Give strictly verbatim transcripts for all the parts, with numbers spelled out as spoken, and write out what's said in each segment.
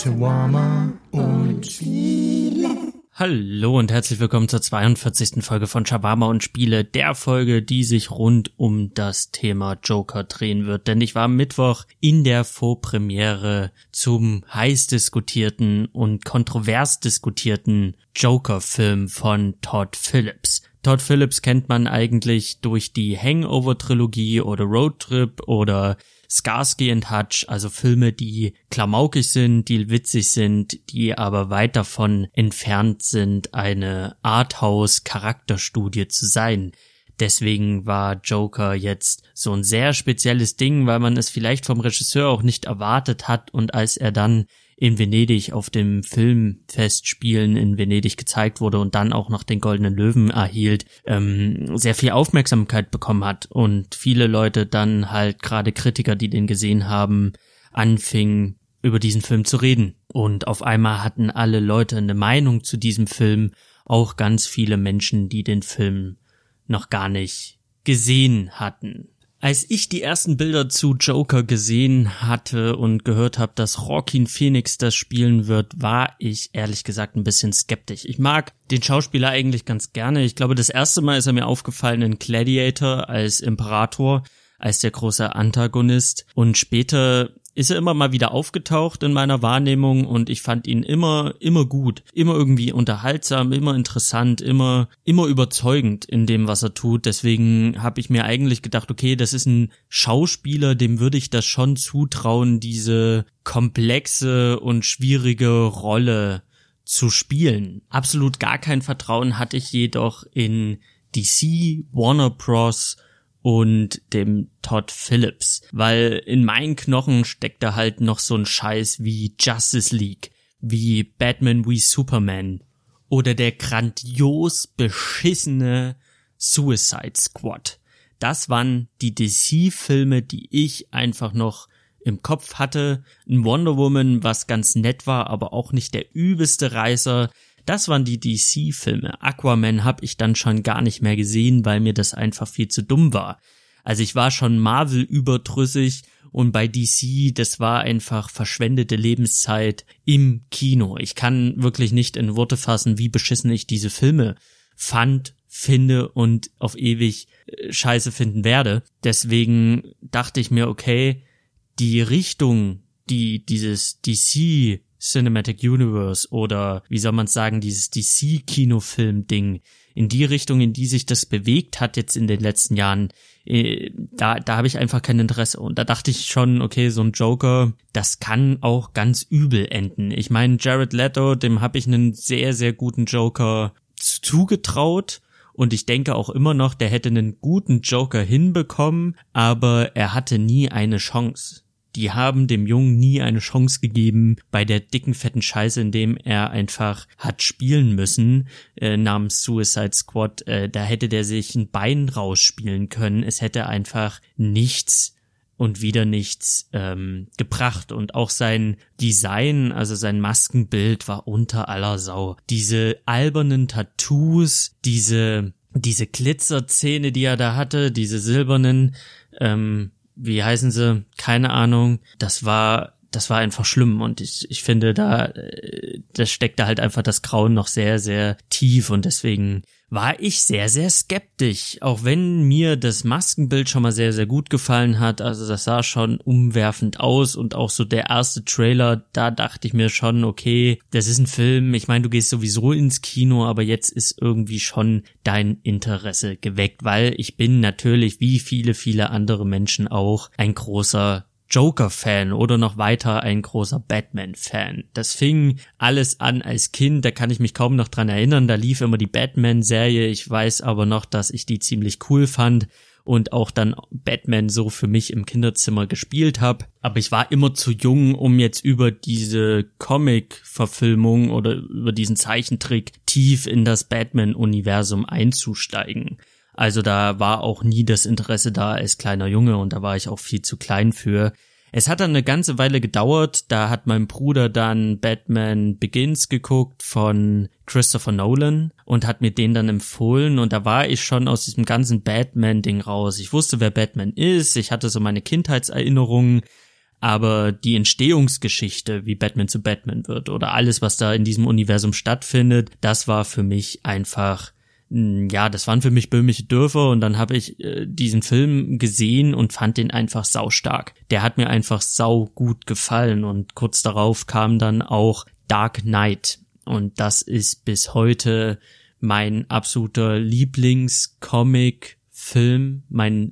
Shawarma und Spiele. Hallo und herzlich willkommen zur zweiundvierzigsten Folge von Shawarma und Spiele, der Folge, die sich rund um das Thema Joker drehen wird. Denn ich war am Mittwoch in der Vorpremiere zum heiß diskutierten und kontrovers diskutierten Joker-Film von Todd Phillips. Todd Phillips kennt man eigentlich durch die Hangover-Trilogie oder Road Trip oder Starsky and Hutch, also Filme, die klamaukig sind, die witzig sind, die aber weit davon entfernt sind, eine Arthouse-Charakterstudie zu sein. Deswegen war Joker jetzt so ein sehr spezielles Ding, weil man es vielleicht vom Regisseur auch nicht erwartet hat, und als er dann in Venedig auf dem Filmfestspielen in Venedig gezeigt wurde und dann auch noch den Goldenen Löwen erhielt, ähm, sehr viel Aufmerksamkeit bekommen hat und viele Leute dann halt, gerade Kritiker, die den gesehen haben, anfingen über diesen Film zu reden. Und auf einmal hatten alle Leute eine Meinung zu diesem Film, auch ganz viele Menschen, die den Film noch gar nicht gesehen hatten. Als ich die ersten Bilder zu Joker gesehen hatte und gehört habe, dass Joaquin Phoenix das spielen wird, war ich ehrlich gesagt ein bisschen skeptisch. Ich mag den Schauspieler eigentlich ganz gerne. Ich glaube, das erste Mal ist er mir aufgefallen in Gladiator als Imperator, als der große Antagonist. Und später ist er immer mal wieder aufgetaucht in meiner Wahrnehmung und ich fand ihn immer, immer gut, immer irgendwie unterhaltsam, immer interessant, immer, immer überzeugend in dem, was er tut. Deswegen habe ich mir eigentlich gedacht, okay, das ist ein Schauspieler, dem würde ich das schon zutrauen, diese komplexe und schwierige Rolle zu spielen. Absolut gar kein Vertrauen hatte ich jedoch in D C, Warner Bros. Und dem Todd Phillips, weil in meinen Knochen steckt da halt noch so ein Scheiß wie Justice League, wie Batman wie Superman oder der grandios beschissene Suicide Squad. Das waren die D C-Filme, die ich einfach noch im Kopf hatte. Ein Wonder Woman, was ganz nett war, aber auch nicht der übelste Reißer. Das waren die D C-Filme. Aquaman habe ich dann schon gar nicht mehr gesehen, weil mir das einfach viel zu dumm war. Also ich war schon Marvel überdrüssig und bei D C, das war einfach verschwendete Lebenszeit im Kino. Ich kann wirklich nicht in Worte fassen, wie beschissen ich diese Filme fand, finde und auf ewig scheiße finden werde. Deswegen dachte ich mir, okay, die Richtung, die dieses D C Cinematic Universe oder wie soll man sagen, dieses D C-Kinofilm-Ding, in die Richtung, in die sich das bewegt hat jetzt in den letzten Jahren, äh, da da habe ich einfach kein Interesse. Und da dachte ich schon, okay, so ein Joker, das kann auch ganz übel enden. Ich meine, Jared Leto, dem habe ich einen sehr, sehr guten Joker zugetraut. Und ich denke auch immer noch, der hätte einen guten Joker hinbekommen, aber er hatte nie eine Chance. Die haben dem Jungen nie eine Chance gegeben bei der dicken, fetten Scheiße, in dem er einfach hat spielen müssen, äh, namens Suicide Squad. Äh, da hätte der sich ein Bein rausspielen können. Es hätte einfach nichts und wieder nichts ähm, gebracht. Und auch sein Design, also sein Maskenbild, war unter aller Sau. Diese albernen Tattoos, diese, diese Glitzerzähne, die er da hatte, diese silbernen, ähm, wie heißen sie? Keine Ahnung. Das war, das war einfach schlimm und ich, ich finde, da, da steckt da halt einfach das Grauen noch sehr, sehr tief und deswegen war ich sehr, sehr skeptisch. Auch wenn mir das Maskenbild schon mal sehr, sehr gut gefallen hat. Also das sah schon umwerfend aus und auch so der erste Trailer, da dachte ich mir schon, okay, das ist ein Film. Ich meine, du gehst sowieso ins Kino, aber jetzt ist irgendwie schon dein Interesse geweckt, weil ich bin natürlich, wie viele, viele andere Menschen auch, ein großer Joker-Fan oder noch weiter ein großer Batman-Fan. Das fing alles an als Kind, da kann ich mich kaum noch dran erinnern, da lief immer die Batman-Serie, ich weiß aber noch, dass ich die ziemlich cool fand und auch dann Batman so für mich im Kinderzimmer gespielt habe. Aber ich war immer zu jung, um jetzt über diese Comic-Verfilmung oder über diesen Zeichentrick tief in das Batman-Universum einzusteigen. Also da war auch nie das Interesse da als kleiner Junge und da war ich auch viel zu klein für. Es hat dann eine ganze Weile gedauert, da hat mein Bruder dann Batman Begins geguckt von Christopher Nolan und hat mir den dann empfohlen und da war ich schon aus diesem ganzen Batman-Ding raus. Ich wusste, wer Batman ist, ich hatte so meine Kindheitserinnerungen, Aber die Entstehungsgeschichte, wie Batman zu Batman wird oder alles, was da in diesem Universum stattfindet, das war für mich einfach, ja, das waren für mich böhmische Dörfer und dann habe ich äh, diesen Film gesehen und fand den einfach saustark. Der hat mir einfach sau gut gefallen und kurz darauf kam dann auch Dark Knight und das ist bis heute mein absoluter Lieblings-Comic-Film, mein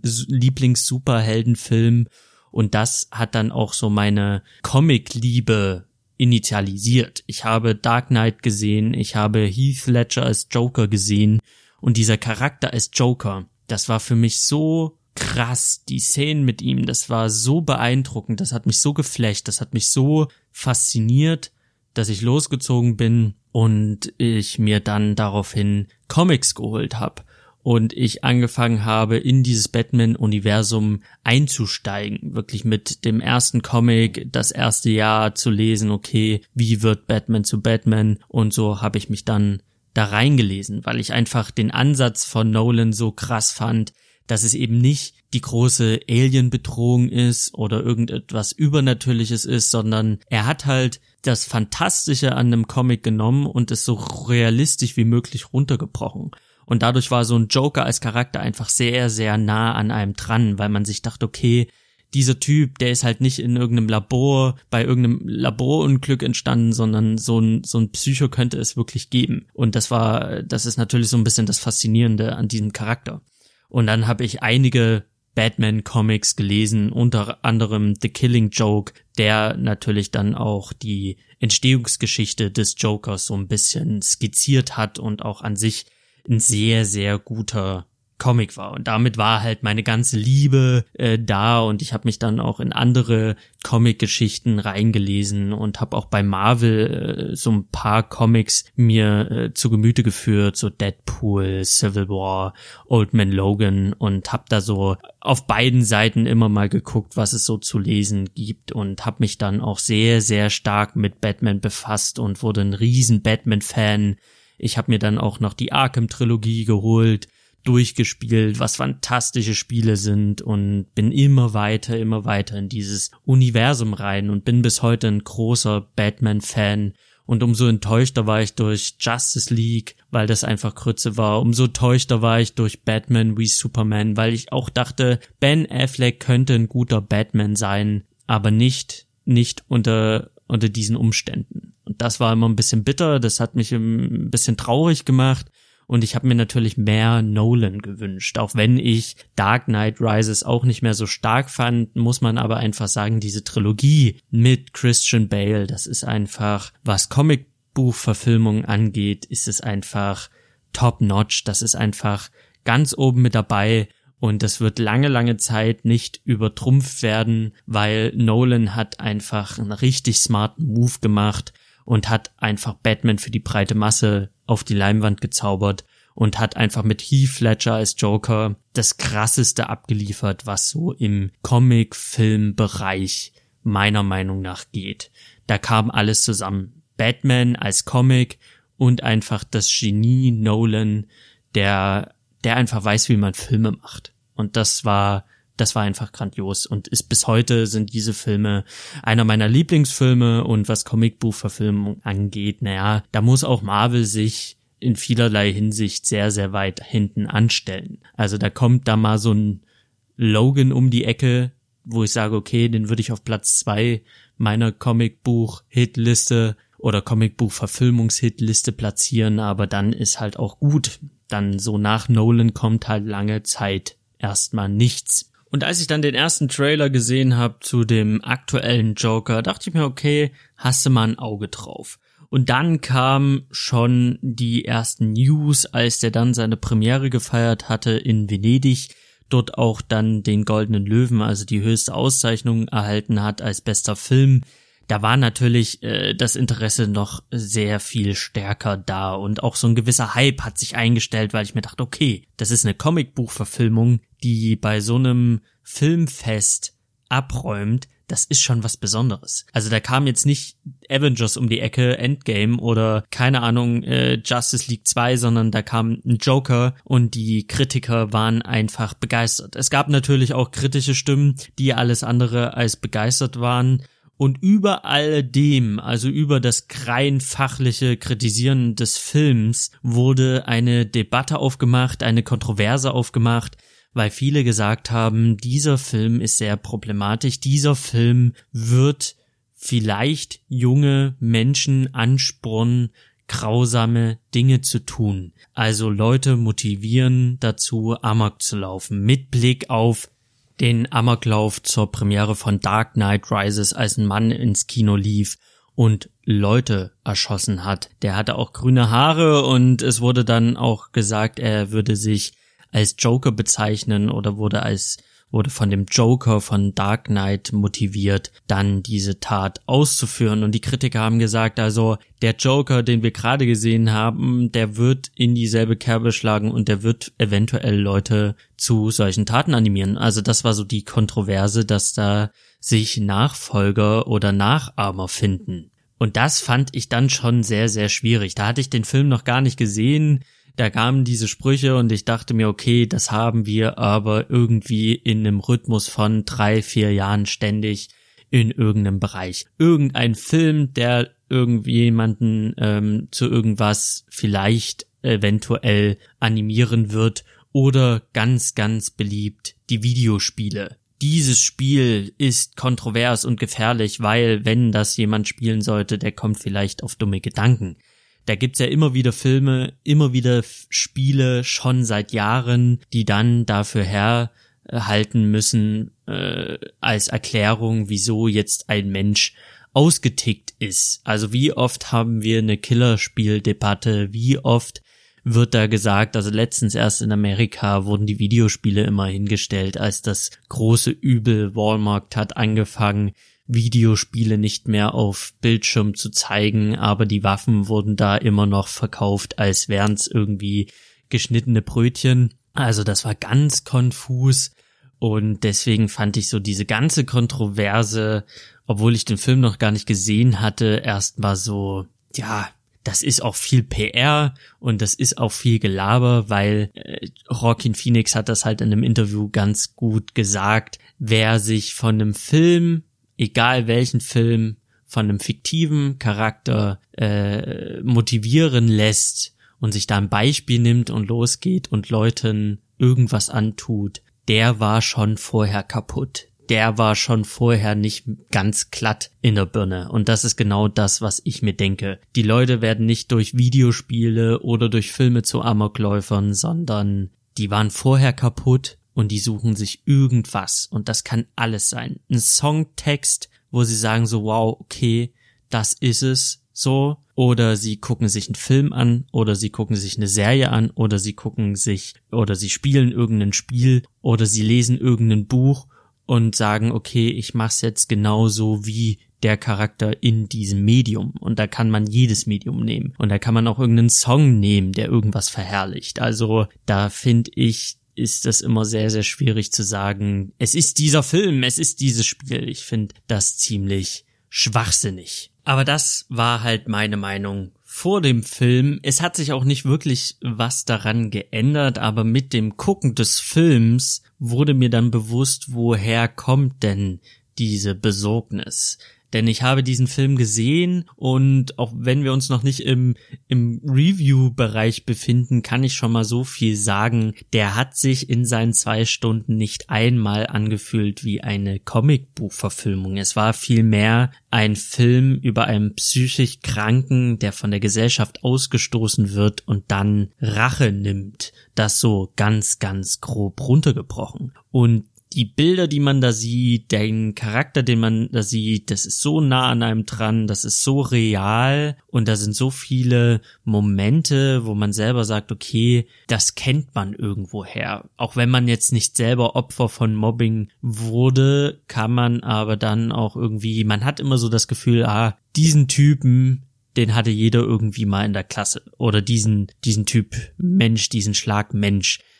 Lieblings-Superheldenfilm. Und das hat dann auch so meine Comic-Liebe initialisiert. Ich habe Dark Knight gesehen, ich habe Heath Ledger als Joker gesehen und dieser Charakter als Joker, das war für mich so krass. Die Szenen mit ihm, das war so beeindruckend, das hat mich so geflasht, das hat mich so fasziniert, dass ich losgezogen bin und ich mir dann daraufhin Comics geholt habe. Und ich angefangen habe, in dieses Batman-Universum einzusteigen. Wirklich mit dem ersten Comic, das erste Jahr zu lesen, okay, wie wird Batman zu Batman? Und so habe ich mich dann da reingelesen, weil ich einfach den Ansatz von Nolan so krass fand, dass es eben nicht die große Alien-Bedrohung ist oder irgendetwas Übernatürliches ist, sondern er hat halt das Fantastische an einem Comic genommen und es so realistisch wie möglich runtergebrochen. Und dadurch war so ein Joker als Charakter einfach sehr, sehr nah an einem dran, weil man sich dachte, okay, dieser Typ, der ist halt nicht in irgendeinem Labor, bei irgendeinem Laborunglück entstanden, sondern so ein, so ein Psycho könnte es wirklich geben. Und das war, das ist natürlich so ein bisschen das Faszinierende an diesem Charakter. Und dann habe ich einige Batman-Comics gelesen, unter anderem The Killing Joke, der natürlich dann auch die Entstehungsgeschichte des Jokers so ein bisschen skizziert hat und auch an sich ein sehr, sehr guter Comic war. Und damit war halt meine ganze Liebe äh, da und ich habe mich dann auch in andere Comic-Geschichten reingelesen und habe auch bei Marvel äh, so ein paar Comics mir äh, zu Gemüte geführt, so Deadpool, Civil War, Old Man Logan und habe da so auf beiden Seiten immer mal geguckt, was es so zu lesen gibt und habe mich dann auch sehr, sehr stark mit Batman befasst und wurde ein riesen Batman-Fan. Ich habe mir dann auch noch die Arkham-Trilogie geholt, durchgespielt, was fantastische Spiele sind und bin immer weiter, immer weiter in dieses Universum rein und bin bis heute ein großer Batman-Fan. Und umso enttäuschter war ich durch Justice League, weil das einfach Grütze war. Umso enttäuschter war ich durch Batman wie Superman, weil ich auch dachte, Ben Affleck könnte ein guter Batman sein, aber nicht, nicht unter unter diesen Umständen. Und das war immer ein bisschen bitter, das hat mich ein bisschen traurig gemacht und ich habe mir natürlich mehr Nolan gewünscht. Auch wenn ich Dark Knight Rises auch nicht mehr so stark fand, muss man aber einfach sagen, diese Trilogie mit Christian Bale, das ist einfach, was Comicbuchverfilmungen angeht, ist es einfach top-notch, das ist einfach ganz oben mit dabei. Und das wird lange, lange Zeit nicht übertrumpft werden, weil Nolan hat einfach einen richtig smarten Move gemacht und hat einfach Batman für die breite Masse auf die Leinwand gezaubert und hat einfach mit Heath Ledger als Joker das Krasseste abgeliefert, was so im Comic-Film-Bereich meiner Meinung nach geht. Da kam alles zusammen. Batman als Comic und einfach das Genie Nolan, der der einfach weiß, wie man Filme macht. Und das war, das war einfach grandios und ist bis heute sind diese Filme einer meiner Lieblingsfilme und was Comicbuchverfilmung angeht, naja, da muss auch Marvel sich in vielerlei Hinsicht sehr, sehr weit hinten anstellen. Also da kommt da mal so ein Logan um die Ecke, wo ich sage, okay, den würde ich auf Platz zwei meiner Comicbuch-Hitliste oder Comicbuch-Verfilmungs-Hitliste platzieren, aber dann ist halt auch gut. Dann so nach Nolan kommt halt lange Zeit erstmal nichts. Und als ich dann den ersten Trailer gesehen habe zu dem aktuellen Joker, dachte ich mir, okay, hast du mal ein Auge drauf. Und dann kam schon die ersten News, als der dann seine Premiere gefeiert hatte in Venedig, dort auch dann den Goldenen Löwen, also die höchste Auszeichnung erhalten hat als bester Film. Da war natürlich äh, das Interesse noch sehr viel stärker da und auch so ein gewisser Hype hat sich eingestellt, weil ich mir dachte, okay, das ist eine Comicbuchverfilmung, die bei so einem Filmfest abräumt. das ist schon was Besonderes. Also da kam jetzt nicht Avengers um die Ecke, Endgame oder keine Ahnung, äh, Justice League zwei, sondern da kam ein Joker und die Kritiker waren einfach begeistert. Es gab natürlich auch kritische Stimmen, die alles andere als begeistert waren. Und über alledem, also über das rein fachliche Kritisieren des Films, wurde eine Debatte aufgemacht, eine Kontroverse aufgemacht, weil viele gesagt haben, dieser Film ist sehr problematisch, dieser Film wird vielleicht junge Menschen anspornen, grausame Dinge zu tun. Also Leute motivieren dazu, Amok zu laufen, mit Blick auf den Amoklauf zur Premiere von Dark Knight Rises, als ein Mann ins Kino lief und Leute erschossen hat. Der hatte auch grüne Haare und es wurde dann auch gesagt, er würde sich als Joker bezeichnen oder wurde als wurde von dem Joker von Dark Knight motiviert, dann diese Tat auszuführen. Und die Kritiker haben gesagt, also der Joker, den wir gerade gesehen haben, der wird in dieselbe Kerbe schlagen und der wird eventuell Leute zu solchen Taten animieren. Also das war so die Kontroverse, dass da sich Nachfolger oder Nachahmer finden. Und das fand ich dann schon sehr, sehr schwierig. Da hatte ich den Film noch gar nicht gesehen. Da kamen diese Sprüche und ich dachte mir, okay, das haben wir aber irgendwie in einem Rhythmus von drei, vier Jahren ständig in irgendeinem Bereich. Irgendein Film, der irgendjemanden ähm, zu irgendwas vielleicht eventuell animieren wird oder ganz, ganz beliebt die Videospiele. Dieses Spiel ist kontrovers und gefährlich, weil wenn das jemand spielen sollte, der kommt vielleicht auf dumme Gedanken. Da gibt's ja immer wieder Filme, immer wieder Spiele, schon seit Jahren, die dann dafür herhalten müssen, äh, als Erklärung, wieso jetzt ein Mensch ausgetickt ist. Also wie oft haben wir eine Killerspieldebatte, wie oft wird da gesagt, also letztens erst in Amerika wurden die Videospiele immer hingestellt, als das große Übel Walmart hat angefangen, Videospiele nicht mehr auf Bildschirm zu zeigen, aber die Waffen wurden da immer noch verkauft, als wären's irgendwie geschnittene Brötchen. Also das war ganz konfus und deswegen fand ich so diese ganze Kontroverse, obwohl ich den Film noch gar nicht gesehen hatte, erstmal so, ja, das ist auch viel P R und das ist auch viel Gelaber, weil äh, Joaquin Phoenix hat das halt in einem Interview ganz gut gesagt, wer sich von einem Film, egal welchen Film, von einem fiktiven Charakter äh, motivieren lässt und sich da ein Beispiel nimmt und losgeht und Leuten irgendwas antut, der war schon vorher kaputt. Der war schon vorher nicht ganz glatt in der Birne. Und das ist genau das, was ich mir denke. Die Leute werden nicht durch Videospiele oder durch Filme zu Amokläufern, sondern die waren vorher kaputt und die suchen sich irgendwas. Und das kann alles sein. Ein Songtext, wo sie sagen so, wow, okay, das ist es so. Oder sie gucken sich einen Film an oder sie gucken sich eine Serie an oder sie gucken sich oder sie spielen irgendein Spiel oder sie lesen irgendein Buch und sagen, okay, ich mach's jetzt genauso wie der Charakter in diesem Medium. Und da kann man jedes Medium nehmen. Und da kann man auch irgendeinen Song nehmen, der irgendwas verherrlicht. Also da finde ich, ist das immer sehr, sehr schwierig zu sagen, es ist dieser Film, es ist dieses Spiel. Ich finde das ziemlich schwachsinnig. Aber das war halt meine Meinung vor dem Film. Es hat sich auch nicht wirklich was daran geändert, aber mit dem Gucken des Films wurde mir dann bewusst, woher kommt denn diese Besorgnis? Denn ich habe diesen Film gesehen und auch wenn wir uns noch nicht im im Review-Bereich befinden, kann ich schon mal so viel sagen, der hat sich in seinen zwei Stunden nicht einmal angefühlt wie eine Comicbuchverfilmung. Es war vielmehr ein Film über einen psychisch Kranken, der von der Gesellschaft ausgestoßen wird und dann Rache nimmt. Das so ganz, ganz grob runtergebrochen. Und die Bilder, die man da sieht, den Charakter, den man da sieht, das ist so nah an einem dran, das ist so real und da sind so viele Momente, wo man selber sagt, okay, das kennt man irgendwoher. Auch wenn man jetzt nicht selber Opfer von Mobbing wurde, kann man aber dann auch irgendwie, man hat immer so das Gefühl, ah, diesen Typen, den hatte jeder irgendwie mal in der Klasse oder diesen diesen Typ Mensch, diesen Schlag Mensch.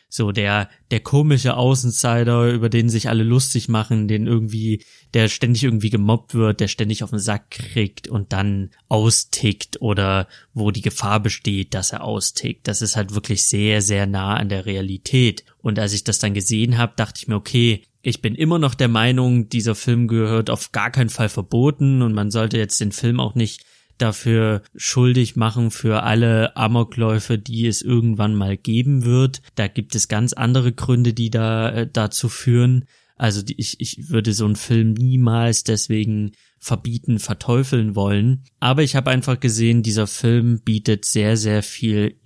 So der, der komische Außenseiter, über den sich alle lustig machen, den irgendwie, der ständig irgendwie gemobbt wird, der ständig auf den Sack kriegt und dann austickt oder wo die Gefahr besteht, dass er austickt. Das ist halt wirklich sehr, sehr nah an der Realität. Und als ich das dann gesehen habe, dachte ich mir, okay, ich bin immer noch der Meinung, dieser Film gehört auf gar keinen Fall verboten und man sollte jetzt den Film auch nicht dafür schuldig machen für alle Amokläufe, die es irgendwann mal geben wird. Da gibt es ganz andere Gründe, die da äh, dazu führen. Also die, ich, ich würde so einen Film niemals deswegen verbieten, verteufeln wollen. Aber ich habe einfach gesehen, dieser Film bietet sehr, sehr viel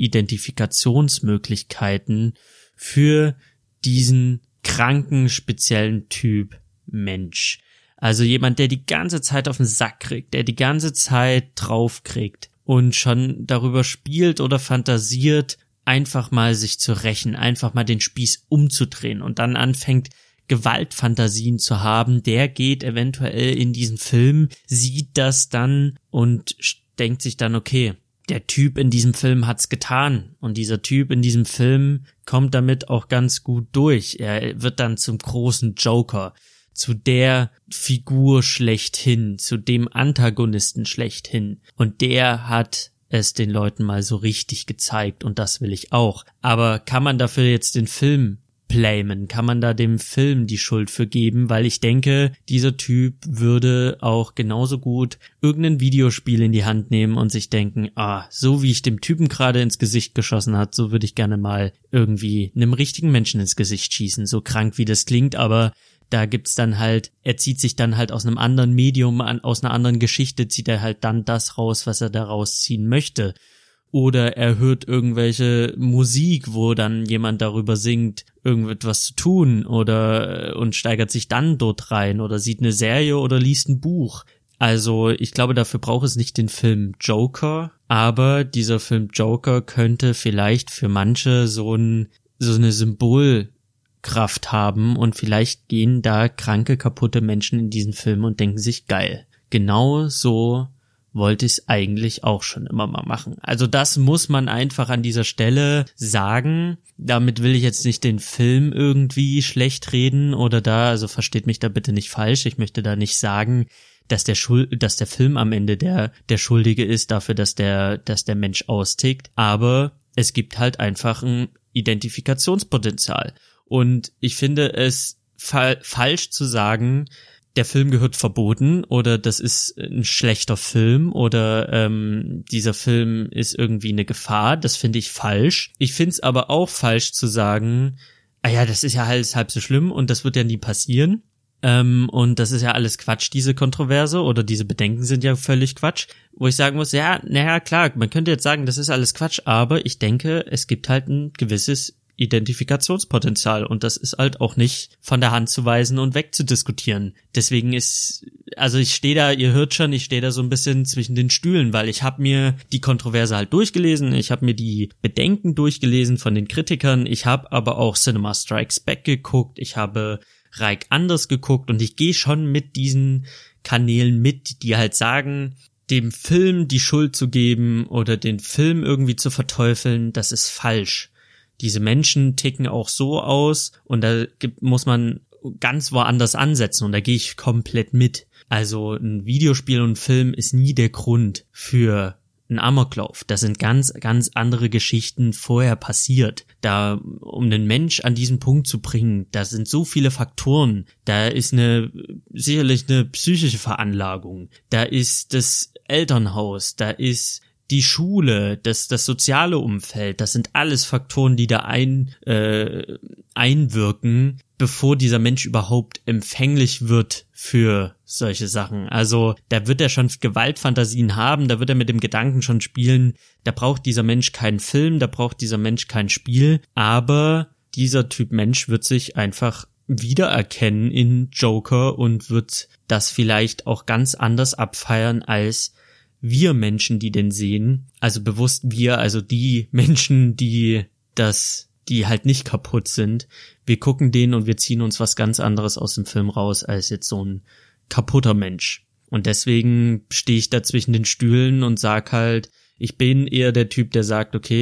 Identifikationsmöglichkeiten für diesen kranken, speziellen Typ Mensch. Also jemand, der die ganze Zeit auf den Sack kriegt, der die ganze Zeit drauf kriegt und schon darüber spielt oder fantasiert, einfach mal sich zu rächen, einfach mal den Spieß umzudrehen und dann anfängt, Gewaltfantasien zu haben, der geht eventuell in diesen Film, sieht das dann und denkt sich dann, okay, der Typ in diesem Film hat's getan und dieser Typ in diesem Film kommt damit auch ganz gut durch. Er wird dann zum großen Joker, zu der Figur schlechthin, zu dem Antagonisten schlechthin. Und der hat es den Leuten mal so richtig gezeigt und das will ich auch. Aber kann man dafür jetzt den Film blamen? Kann man da dem Film die Schuld für geben? Weil ich denke, dieser Typ würde auch genauso gut irgendein Videospiel in die Hand nehmen und sich denken, ah, so wie ich dem Typen gerade ins Gesicht geschossen hat, so würde ich gerne mal irgendwie einem richtigen Menschen ins Gesicht schießen. So krank wie das klingt, aber da gibt's dann halt, er zieht sich dann halt aus einem anderen Medium, an, aus einer anderen Geschichte, zieht er halt dann das raus, was er da rausziehen möchte. Oder er hört irgendwelche Musik, wo dann jemand darüber singt, irgendetwas zu tun oder und steigert sich dann dort rein oder sieht eine Serie oder liest ein Buch. Also ich glaube, dafür braucht es nicht den Film Joker, aber dieser Film Joker könnte vielleicht für manche so ein so eine Symbol Kraft haben und vielleicht gehen da kranke, kaputte Menschen in diesen Film und denken sich, geil. Genau so wollte ich es eigentlich auch schon immer mal machen. Also das muss man einfach an dieser Stelle sagen. Damit will ich jetzt nicht den Film irgendwie schlecht reden oder da, also versteht mich da bitte nicht falsch. Ich möchte da nicht sagen, dass der Schuld, dass der Film am Ende der der Schuldige ist dafür, dass der dass der Mensch austickt. Aber es gibt halt einfach ein Identifikationspotenzial. Und ich finde es fa- falsch zu sagen, der Film gehört verboten oder das ist ein schlechter Film oder ähm, dieser Film ist irgendwie eine Gefahr. Das finde ich falsch. Ich finde es aber auch falsch zu sagen, ah ja, das ist ja alles halb so schlimm und das wird ja nie passieren. Ähm, und das ist ja alles Quatsch, diese Kontroverse oder diese Bedenken sind ja völlig Quatsch. Wo ich sagen muss, ja, naja, klar, man könnte jetzt sagen, das ist alles Quatsch, aber ich denke, es gibt halt ein gewisses Identifikationspotenzial und das ist halt auch nicht von der Hand zu weisen und wegzudiskutieren. Deswegen ist, also ich stehe da, ihr hört schon, ich stehe da so ein bisschen zwischen den Stühlen, weil ich habe mir die Kontroverse halt durchgelesen, ich habe mir die Bedenken durchgelesen von den Kritikern, ich habe aber auch Cinema Strikes Back geguckt, ich habe Reich Anders geguckt und ich gehe schon mit diesen Kanälen mit, die halt sagen, dem Film die Schuld zu geben oder den Film irgendwie zu verteufeln, das ist falsch. Diese Menschen ticken auch so aus und da gibt, muss man ganz woanders ansetzen und da gehe ich komplett mit. Also ein Videospiel und ein Film ist nie der Grund für einen Amoklauf. Da sind ganz, ganz andere Geschichten vorher passiert. Da, um einen Mensch an diesen Punkt zu bringen, da sind so viele Faktoren. Da ist eine, sicherlich eine psychische Veranlagung. Da ist das Elternhaus, da ist die Schule, das das soziale Umfeld, das sind alles Faktoren, die da ein äh, einwirken, bevor dieser Mensch überhaupt empfänglich wird für solche Sachen. Also da wird er schon Gewaltfantasien haben, da wird er mit dem Gedanken schon spielen, da braucht dieser Mensch keinen Film, da braucht dieser Mensch kein Spiel, aber dieser Typ Mensch wird sich einfach wiedererkennen in Joker und wird das vielleicht auch ganz anders abfeiern als wir Menschen, die den sehen, also bewusst wir, also die Menschen, die das, die halt nicht kaputt sind, wir gucken den und wir ziehen uns was ganz anderes aus dem Film raus, als jetzt so ein kaputter Mensch. Und deswegen stehe ich da zwischen den Stühlen und sag halt, ich bin eher der Typ, der sagt, okay,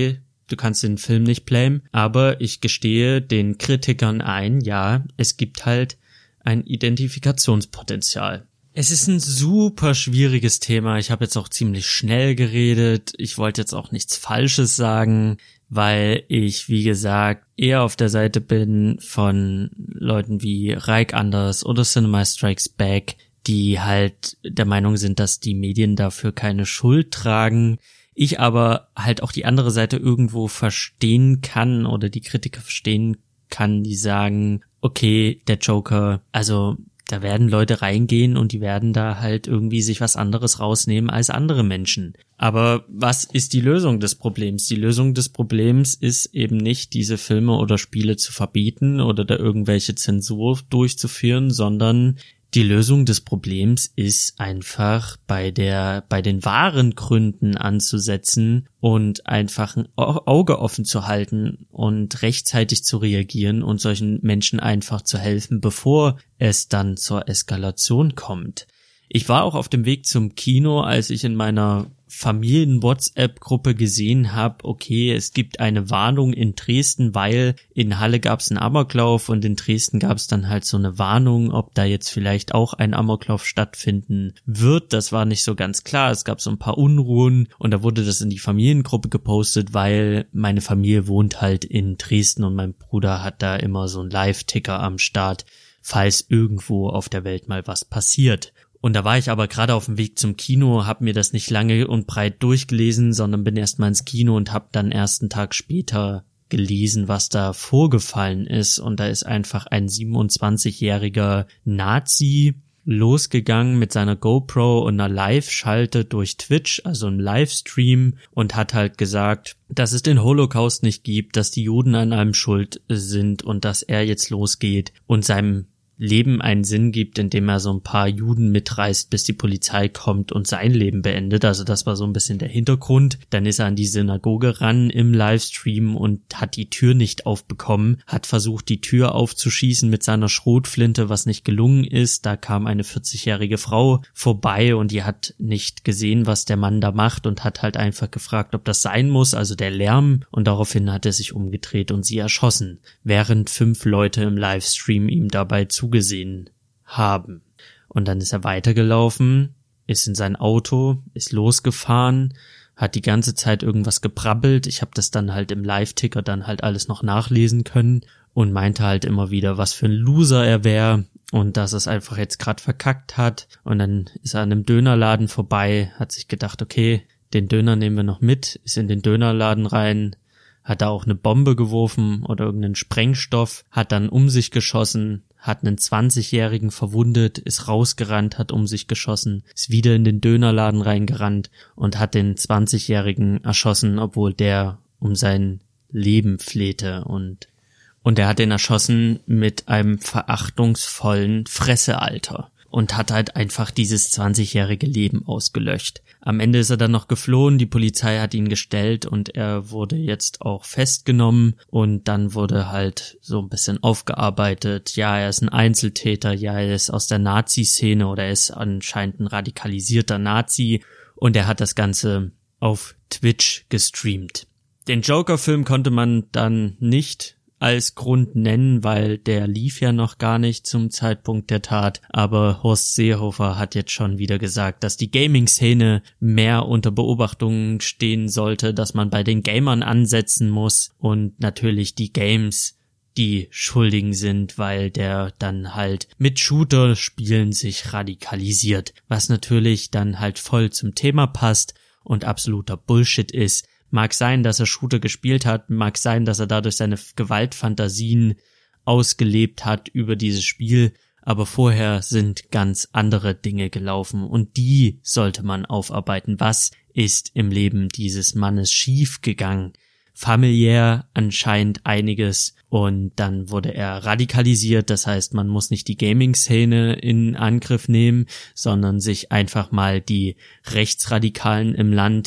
du kannst den Film nicht blamen, aber ich gestehe den Kritikern ein, ja, es gibt halt ein Identifikationspotenzial. Es ist ein super schwieriges Thema. Ich habe jetzt auch ziemlich schnell geredet. Ich wollte jetzt auch nichts Falsches sagen, weil ich, wie gesagt, eher auf der Seite bin von Leuten wie Reik Anders oder Cinema Strikes Back, die halt der Meinung sind, dass die Medien dafür keine Schuld tragen. Ich aber halt auch die andere Seite irgendwo verstehen kann oder die Kritiker verstehen kann, die sagen, okay, der Joker, also da werden Leute reingehen und die werden da halt irgendwie sich was anderes rausnehmen als andere Menschen. Aber was ist die Lösung des Problems? Die Lösung des Problems ist eben nicht, diese Filme oder Spiele zu verbieten oder da irgendwelche Zensur durchzuführen, sondern die Lösung des Problems ist einfach bei der, bei den wahren Gründen anzusetzen und einfach ein Auge offen zu halten und rechtzeitig zu reagieren und solchen Menschen einfach zu helfen, bevor es dann zur Eskalation kommt. Ich war auch auf dem Weg zum Kino, als ich in meiner Familien-WhatsApp-Gruppe gesehen habe, okay, es gibt eine Warnung in Dresden, weil in Halle gab es einen Amoklauf und in Dresden gab es dann halt so eine Warnung, ob da jetzt vielleicht auch ein Amoklauf stattfinden wird. Das war nicht so ganz klar. Es gab so ein paar Unruhen und da wurde das in die Familiengruppe gepostet, weil meine Familie wohnt halt in Dresden und mein Bruder hat da immer so einen Live-Ticker am Start, falls irgendwo auf der Welt mal was passiert. Und da war ich aber gerade auf dem Weg zum Kino, habe mir das nicht lange und breit durchgelesen, sondern bin erst mal ins Kino und habe dann erst einen Tag später gelesen, was da vorgefallen ist. Und da ist einfach ein siebenundzwanzigjähriger Nazi losgegangen mit seiner GoPro und einer Live-Schalte durch Twitch, also ein Livestream, und hat halt gesagt, dass es den Holocaust nicht gibt, dass die Juden an allem schuld sind und dass er jetzt losgeht und seinem Leben einen Sinn gibt, indem er so ein paar Juden mitreißt, bis die Polizei kommt und sein Leben beendet. Also das war so ein bisschen der Hintergrund. Dann ist er an die Synagoge ran im Livestream und hat die Tür nicht aufbekommen, hat versucht, die Tür aufzuschießen mit seiner Schrotflinte, was nicht gelungen ist. Da kam eine vierzigjährige Frau vorbei und die hat nicht gesehen, was der Mann da macht und hat halt einfach gefragt, ob das sein muss, also der Lärm. Und daraufhin hat er sich umgedreht und sie erschossen, während fünf Leute im Livestream ihm dabei zu gesehen haben. Und dann ist er weitergelaufen, ist in sein Auto, ist losgefahren, hat die ganze Zeit irgendwas gebrabbelt. Ich habe das dann halt im Live-Ticker dann halt alles noch nachlesen können und meinte halt immer wieder, was für ein Loser er wäre und dass es einfach jetzt gerade verkackt hat. Und dann ist er an einem Dönerladen vorbei, hat sich gedacht, okay, den Döner nehmen wir noch mit, ist in den Dönerladen rein, hat da auch eine Bombe geworfen oder irgendeinen Sprengstoff, hat dann um sich geschossen, hat einen zwanzigjährigen verwundet, ist rausgerannt, hat um sich geschossen, ist wieder in den Dönerladen reingerannt und hat den zwanzigjährigen erschossen, obwohl der um sein Leben flehte und und er hat den erschossen mit einem verachtungsvollen Fressealter und hat halt einfach dieses zwanzigjährige Leben ausgelöscht. Am Ende ist er dann noch geflohen, die Polizei hat ihn gestellt und er wurde jetzt auch festgenommen und dann wurde halt so ein bisschen aufgearbeitet. Ja, er ist ein Einzeltäter, ja, er ist aus der Nazi-Szene oder er ist anscheinend ein radikalisierter Nazi und er hat das Ganze auf Twitch gestreamt. Den Joker-Film konnte man dann nicht als Grund nennen, weil der lief ja noch gar nicht zum Zeitpunkt der Tat, aber Horst Seehofer hat jetzt schon wieder gesagt, dass die Gaming-Szene mehr unter Beobachtung stehen sollte, dass man bei den Gamern ansetzen muss und natürlich die Games die Schuldigen sind, weil der dann halt mit Shooter-Spielen sich radikalisiert, was natürlich dann halt voll zum Thema passt und absoluter Bullshit ist. Mag sein, dass er Shooter gespielt hat, mag sein, dass er dadurch seine Gewaltfantasien ausgelebt hat über dieses Spiel, aber vorher sind ganz andere Dinge gelaufen und die sollte man aufarbeiten. Was ist im Leben dieses Mannes schiefgegangen? Familiär anscheinend einiges und dann wurde er radikalisiert, das heißt, man muss nicht die Gaming-Szene in Angriff nehmen, sondern sich einfach mal die Rechtsradikalen im Land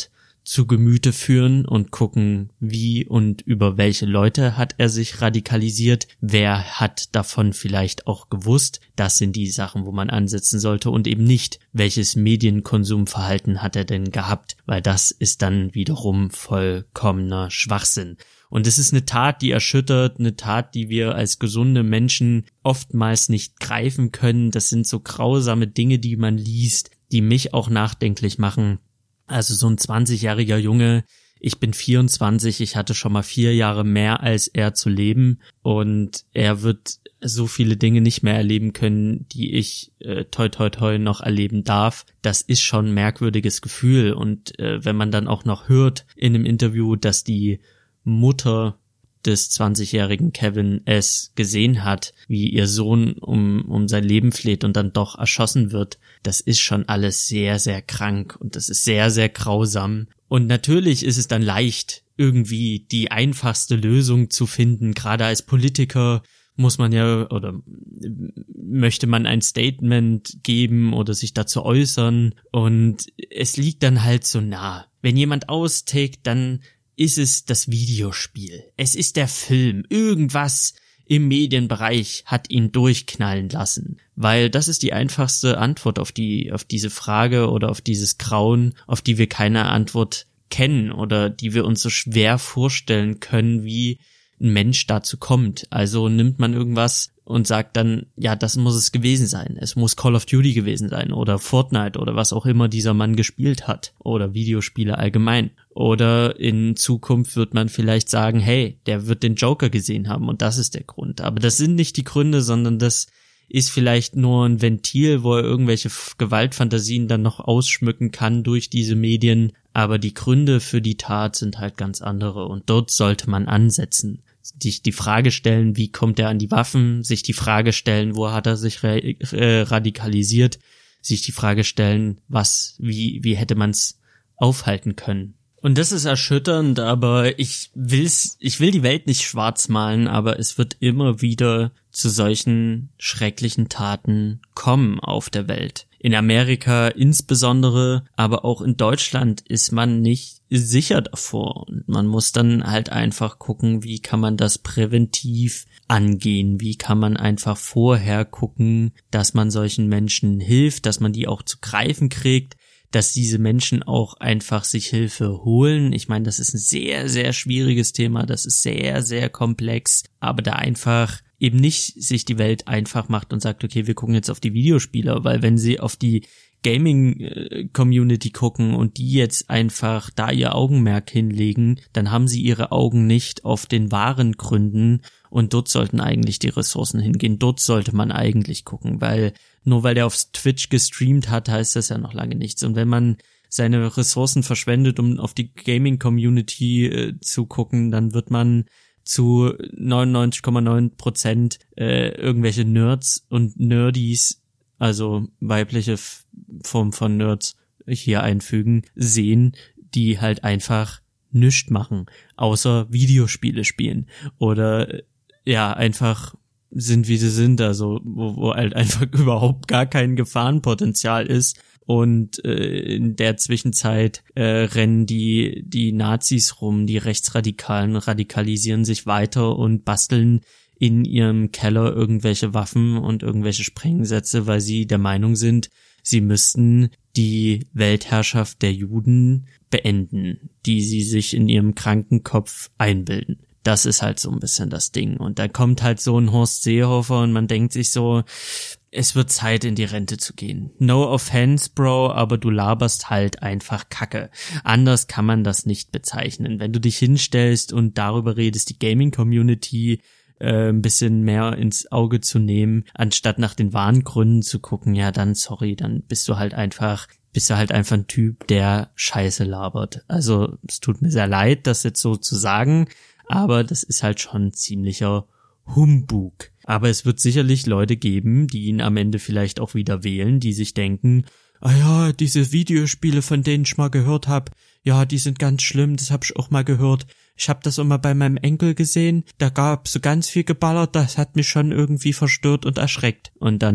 zu Gemüte führen und gucken, wie und über welche Leute hat er sich radikalisiert, wer hat davon vielleicht auch gewusst. Das sind die Sachen, wo man ansetzen sollte und eben nicht, welches Medienkonsumverhalten hat er denn gehabt, weil das ist dann wiederum vollkommener Schwachsinn. Und es ist eine Tat, die erschüttert, eine Tat, die wir als gesunde Menschen oftmals nicht greifen können. Das sind so grausame Dinge, die man liest, die mich auch nachdenklich machen. Also so ein zwanzigjähriger Junge, ich bin vierundzwanzig, ich hatte schon mal vier Jahre mehr als er zu leben und er wird so viele Dinge nicht mehr erleben können, die ich äh, toi toi toi noch erleben darf. Das ist schon ein merkwürdiges Gefühl und äh, wenn man dann auch noch hört in einem Interview, dass die Mutter des zwanzigjährigen Kevin es gesehen hat, wie ihr Sohn um um sein Leben fleht und dann doch erschossen wird, das ist schon alles sehr, sehr krank und das ist sehr, sehr grausam. Und natürlich ist es dann leicht, irgendwie die einfachste Lösung zu finden. Gerade als Politiker muss man ja oder möchte man ein Statement geben oder sich dazu äußern und es liegt dann halt so nah. Wenn jemand austickt, dann ist es das Videospiel. Es ist der Film. Irgendwas im Medienbereich hat ihn durchknallen lassen. Weil das ist die einfachste Antwort auf die, auf diese Frage oder auf dieses Grauen, auf die wir keine Antwort kennen oder die wir uns so schwer vorstellen können, wie ein Mensch dazu kommt. Also nimmt man irgendwas und sagt dann, ja, das muss es gewesen sein. Es muss Call of Duty gewesen sein oder Fortnite oder was auch immer dieser Mann gespielt hat oder Videospiele allgemein. Oder in Zukunft wird man vielleicht sagen, hey, der wird den Joker gesehen haben und das ist der Grund. Aber das sind nicht die Gründe, sondern das ist vielleicht nur ein Ventil, wo er irgendwelche Gewaltfantasien dann noch ausschmücken kann durch diese Medien. Aber die Gründe für die Tat sind halt ganz andere und dort sollte man ansetzen. Sich die Frage stellen, wie kommt er an die Waffen, sich die Frage stellen, wo hat er sich ra- äh, radikalisiert, sich die Frage stellen, was, wie, wie hätte man es aufhalten können. Und das ist erschütternd, aber ich will's, ich will die Welt nicht schwarz malen, aber es wird immer wieder zu solchen schrecklichen Taten kommen auf der Welt. In Amerika insbesondere, aber auch in Deutschland ist man nicht sicher davor. Und man muss dann halt einfach gucken, wie kann man das präventiv angehen, wie kann man einfach vorher gucken, dass man solchen Menschen hilft, dass man die auch zu greifen kriegt, dass diese Menschen auch einfach sich Hilfe holen. Ich meine, das ist ein sehr, sehr schwieriges Thema, das ist sehr, sehr komplex, aber da einfach eben nicht sich die Welt einfach macht und sagt, okay, wir gucken jetzt auf die Videospieler, weil wenn sie auf die Gaming-Community gucken und die jetzt einfach da ihr Augenmerk hinlegen, dann haben sie ihre Augen nicht auf den wahren Gründen und dort sollten eigentlich die Ressourcen hingehen. Dort sollte man eigentlich gucken, weil nur weil der auf Twitch gestreamt hat, heißt das ja noch lange nichts. Und wenn man seine Ressourcen verschwendet, um auf die Gaming-Community äh, zu gucken, dann wird man zu neunundneunzig Komma neun Prozent äh, irgendwelche Nerds und Nerdies, also weibliche Form von Nerds hier einfügen, sehen, die halt einfach nichts machen, außer Videospiele spielen oder ja, einfach sind, wie sie sind, also wo, wo halt einfach überhaupt gar kein Gefahrenpotenzial ist. Und äh, in der Zwischenzeit äh, rennen die die Nazis rum, die Rechtsradikalen radikalisieren sich weiter und basteln in ihrem Keller irgendwelche Waffen und irgendwelche Sprengsätze, weil sie der Meinung sind, sie müssten die Weltherrschaft der Juden beenden, die sie sich in ihrem kranken Kopf einbilden. Das ist halt so ein bisschen das Ding. Und da kommt halt so ein Horst Seehofer und man denkt sich so, es wird Zeit, in die Rente zu gehen. No offense, Bro, aber du laberst halt einfach Kacke. Anders kann man das nicht bezeichnen. Wenn du dich hinstellst und darüber redest, die Gaming-Community äh, ein bisschen mehr ins Auge zu nehmen, anstatt nach den wahren Gründen zu gucken, ja dann, sorry, dann bist du halt einfach, bist du halt einfach ein Typ, der Scheiße labert. Also es tut mir sehr leid, das jetzt so zu sagen, aber das ist halt schon ziemlicher Humbug. Aber es wird sicherlich Leute geben, die ihn am Ende vielleicht auch wieder wählen, die sich denken, ah ja, diese Videospiele, von denen ich mal gehört habe, ja, die sind ganz schlimm, das habe ich auch mal gehört. Ich habe das auch mal bei meinem Enkel gesehen, da gab so ganz viel geballert, das hat mich schon irgendwie verstört und erschreckt. Und dann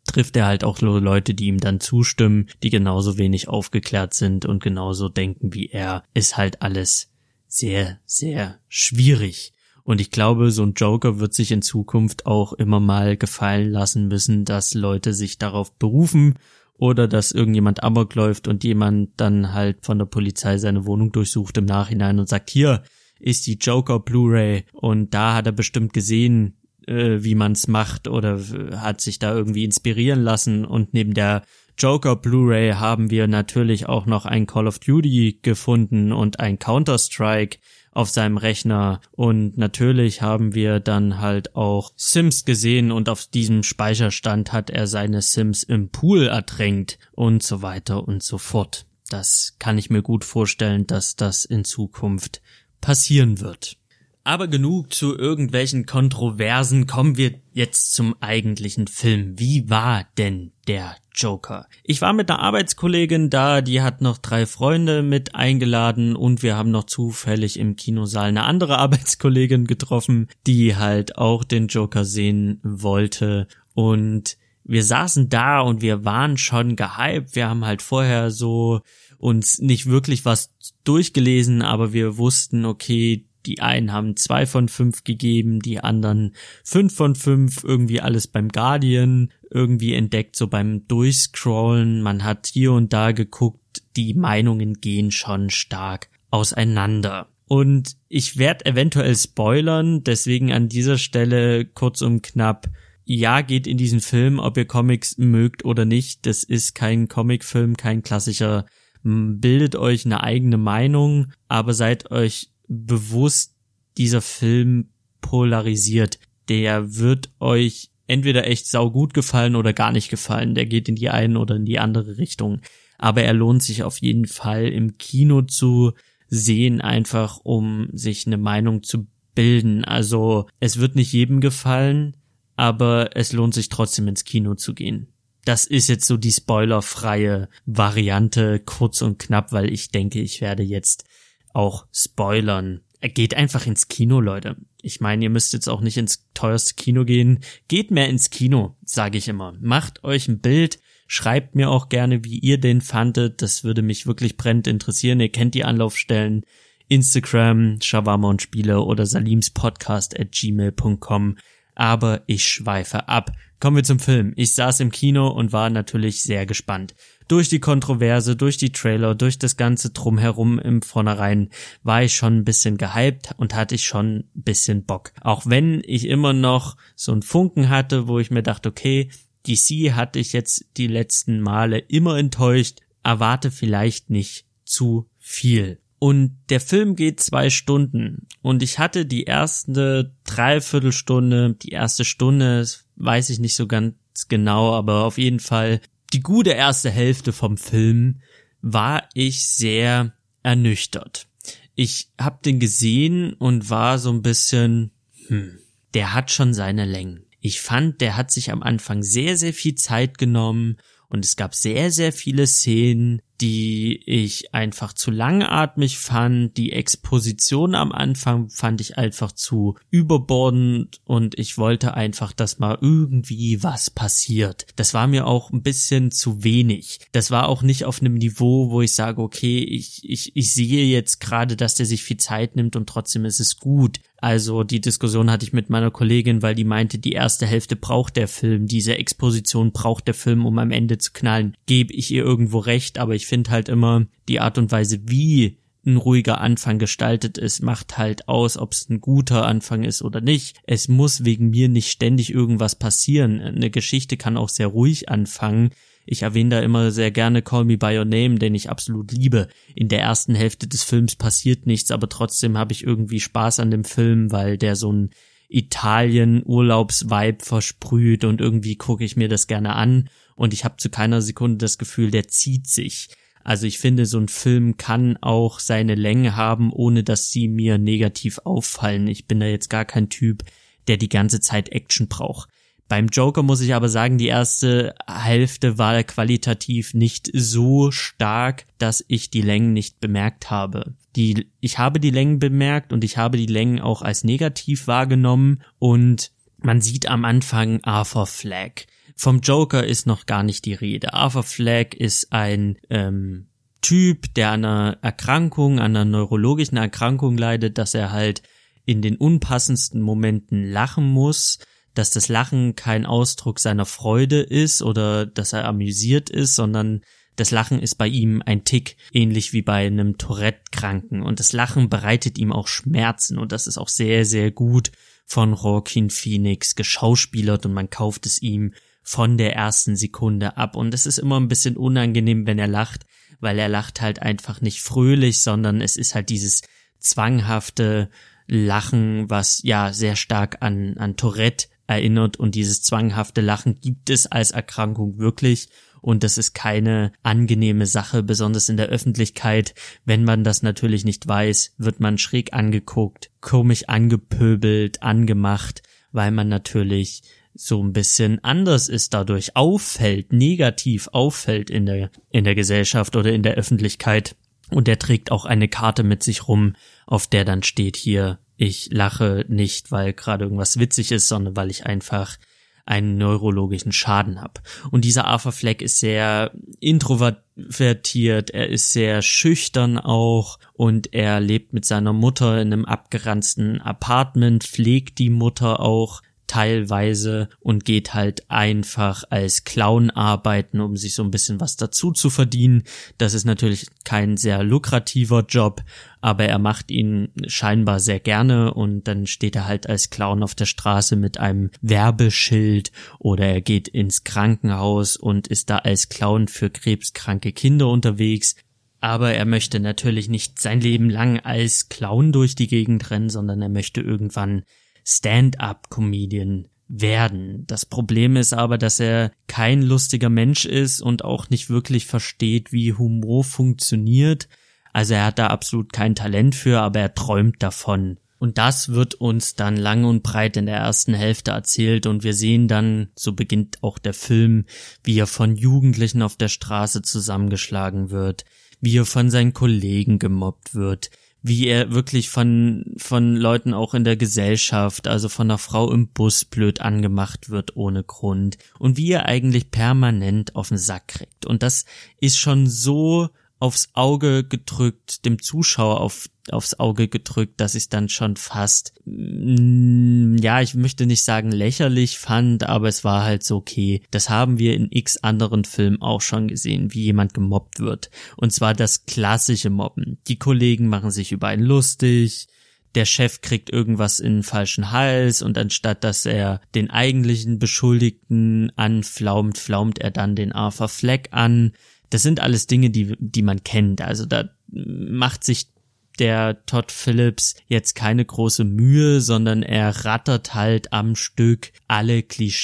trifft er halt auch Leute, die ihm dann zustimmen, die genauso wenig aufgeklärt sind und genauso denken wie er. Ist halt alles sehr, sehr schwierig. Und ich glaube, so ein Joker wird sich in Zukunft auch immer mal gefallen lassen müssen, dass Leute sich darauf berufen oder dass irgendjemand Amok läuft und jemand dann halt von der Polizei seine Wohnung durchsucht im Nachhinein und sagt, hier ist die Joker Blu-ray und da hat er bestimmt gesehen, äh, wie man's macht oder hat sich da irgendwie inspirieren lassen und neben der Joker Blu-ray haben wir natürlich auch noch ein Call of Duty gefunden und ein Counter-Strike auf seinem Rechner und natürlich haben wir dann halt auch Sims gesehen und auf diesem Speicherstand hat er seine Sims im Pool ertränkt und so weiter und so fort. Das kann ich mir gut vorstellen, dass das in Zukunft passieren wird. Aber genug zu irgendwelchen Kontroversen, kommen wir jetzt zum eigentlichen Film. Wie war denn der Joker? Ich war mit einer Arbeitskollegin da, die hat noch drei Freunde mit eingeladen und wir haben noch zufällig im Kinosaal eine andere Arbeitskollegin getroffen, die halt auch den Joker sehen wollte und wir saßen da und wir waren schon gehypt. Wir haben halt vorher so uns nicht wirklich was durchgelesen, aber wir wussten, okay, die einen haben zwei von fünf gegeben, die anderen fünf von fünf, irgendwie alles beim Guardian irgendwie entdeckt, so beim Durchscrollen. Man hat hier und da geguckt, die Meinungen gehen schon stark auseinander. Und ich werde eventuell spoilern, deswegen an dieser Stelle kurz und knapp, ja, geht in diesen Film, ob ihr Comics mögt oder nicht. Das ist kein Comicfilm, kein klassischer, bildet euch eine eigene Meinung, aber seid euch bewusst, dieser Film polarisiert. Der wird euch entweder echt saugut gefallen oder gar nicht gefallen. Der geht in die eine oder in die andere Richtung. Aber er lohnt sich auf jeden Fall im Kino zu sehen, einfach um sich eine Meinung zu bilden. Also es wird nicht jedem gefallen, aber es lohnt sich trotzdem ins Kino zu gehen. Das ist jetzt so die spoilerfreie Variante, kurz und knapp, weil ich denke, ich werde jetzt auch spoilern. Geht einfach ins Kino, Leute. Ich meine, ihr müsst jetzt auch nicht ins teuerste Kino gehen. Geht mehr ins Kino, sage ich immer. Macht euch ein Bild, schreibt mir auch gerne, wie ihr den fandet. Das würde mich wirklich brennend interessieren. Ihr kennt die Anlaufstellen. Instagram, Shawarma und Spiele oder salimspodcast at gmail punkt com. Aber ich schweife ab. Kommen wir zum Film. Ich saß im Kino und war natürlich sehr gespannt. Durch die Kontroverse, durch die Trailer, durch das ganze Drumherum im Vornherein war ich schon ein bisschen gehypt und hatte ich schon ein bisschen Bock. Auch wenn ich immer noch so einen Funken hatte, wo ich mir dachte, okay, D C hatte ich jetzt die letzten Male immer enttäuscht, erwarte vielleicht nicht zu viel. Und der Film geht zwei Stunden und ich hatte die erste Dreiviertelstunde, die erste Stunde, weiß ich nicht so ganz genau, aber auf jeden Fall die gute erste Hälfte vom Film war ich sehr ernüchtert. Ich hab den gesehen und war so ein bisschen, hm, der hat schon seine Längen. Ich fand, der hat sich am Anfang sehr, sehr viel Zeit genommen und es gab sehr, sehr viele Szenen, die ich einfach zu langatmig fand. Die Exposition am Anfang fand ich einfach zu überbordend und ich wollte einfach, dass mal irgendwie was passiert. Das war mir auch ein bisschen zu wenig. Das war auch nicht auf einem Niveau, wo ich sage, okay, ich ich ich sehe jetzt gerade, dass der sich viel Zeit nimmt und trotzdem ist es gut. Also die Diskussion hatte ich mit meiner Kollegin, weil die meinte, die erste Hälfte braucht der Film, diese Exposition braucht der Film, um am Ende zu knallen. Gebe ich ihr irgendwo recht, aber ich finde halt immer, die Art und Weise, wie ein ruhiger Anfang gestaltet ist, macht halt aus, ob es ein guter Anfang ist oder nicht. Es muss wegen mir nicht ständig irgendwas passieren. Eine Geschichte kann auch sehr ruhig anfangen. Ich erwähne da immer sehr gerne Call Me By Your Name, den ich absolut liebe. In der ersten Hälfte des Films passiert nichts, aber trotzdem habe ich irgendwie Spaß an dem Film, weil der so ein Italien-Urlaubs-Vibe versprüht und irgendwie gucke ich mir das gerne an und ich habe zu keiner Sekunde das Gefühl, der zieht sich. Also ich finde, so ein Film kann auch seine Länge haben, ohne dass sie mir negativ auffallen. Ich bin da jetzt gar kein Typ, der die ganze Zeit Action braucht. Beim Joker muss ich aber sagen, die erste Hälfte war qualitativ nicht so stark, dass ich die Längen nicht bemerkt habe. Die, ich habe die Längen bemerkt und ich habe die Längen auch als negativ wahrgenommen und man sieht am Anfang Arthur Fleck, vom Joker ist noch gar nicht die Rede. Arthur Fleck ist ein ähm, Typ, der an einer Erkrankung, an einer neurologischen Erkrankung leidet, dass er halt in den unpassendsten Momenten lachen muss, dass das Lachen kein Ausdruck seiner Freude ist oder dass er amüsiert ist, sondern das Lachen ist bei ihm ein Tick, ähnlich wie bei einem Tourette-Kranken. Und das Lachen bereitet ihm auch Schmerzen und das ist auch sehr, sehr gut von Joaquin Phoenix geschauspielert und man kauft es ihm von der ersten Sekunde ab. Und es ist immer ein bisschen unangenehm, wenn er lacht, weil er lacht halt einfach nicht fröhlich, sondern es ist halt dieses zwanghafte Lachen, was ja sehr stark an, an Tourette erinnert und dieses zwanghafte Lachen gibt es als Erkrankung wirklich. Und das ist keine angenehme Sache, besonders in der Öffentlichkeit. Wenn man das natürlich nicht weiß, wird man schräg angeguckt, komisch angepöbelt, angemacht, weil man natürlich so ein bisschen anders ist dadurch, auffällt, negativ auffällt in der, in der Gesellschaft oder in der Öffentlichkeit. Und er trägt auch eine Karte mit sich rum, auf der dann steht hier, ich lache nicht, weil gerade irgendwas witzig ist, sondern weil ich einfach einen neurologischen Schaden habe. Und dieser Arthur Fleck ist sehr introvertiert, er ist sehr schüchtern auch und er lebt mit seiner Mutter in einem abgeranzten Apartment, pflegt die Mutter auch teilweise und geht halt einfach als Clown arbeiten, um sich so ein bisschen was dazu zu verdienen. Das ist natürlich kein sehr lukrativer Job, aber er macht ihn scheinbar sehr gerne und dann steht er halt als Clown auf der Straße mit einem Werbeschild oder er geht ins Krankenhaus und ist da als Clown für krebskranke Kinder unterwegs. Aber er möchte natürlich nicht sein Leben lang als Clown durch die Gegend rennen, sondern er möchte irgendwann Stand-up-Comedian werden. Das Problem ist aber, dass er kein lustiger Mensch ist und auch nicht wirklich versteht, wie Humor funktioniert. Also er hat da absolut kein Talent für, aber er träumt davon. Und das wird uns dann lang und breit in der ersten Hälfte erzählt und wir sehen dann, so beginnt auch der Film, wie er von Jugendlichen auf der Straße zusammengeschlagen wird, wie er von seinen Kollegen gemobbt wird, wie er wirklich von von Leuten auch in der Gesellschaft, also von einer Frau im Bus blöd angemacht wird ohne Grund und wie er eigentlich permanent auf den Sack kriegt. Und das ist schon so aufs Auge gedrückt, dem Zuschauer auf aufs Auge gedrückt, dass ich es dann schon fast, ja, ich möchte nicht sagen lächerlich fand, aber es war halt so, okay, das haben wir in x anderen Filmen auch schon gesehen, wie jemand gemobbt wird. Und zwar das klassische Mobben. Die Kollegen machen sich über einen lustig, der Chef kriegt irgendwas in den falschen Hals und anstatt, dass er den eigentlichen Beschuldigten anflaumt, flaumt er dann den Arthur Fleck an. Das sind alles Dinge, die die man kennt. Also da macht sich der Todd Phillips jetzt keine große Mühe, sondern er rattert halt am Stück alle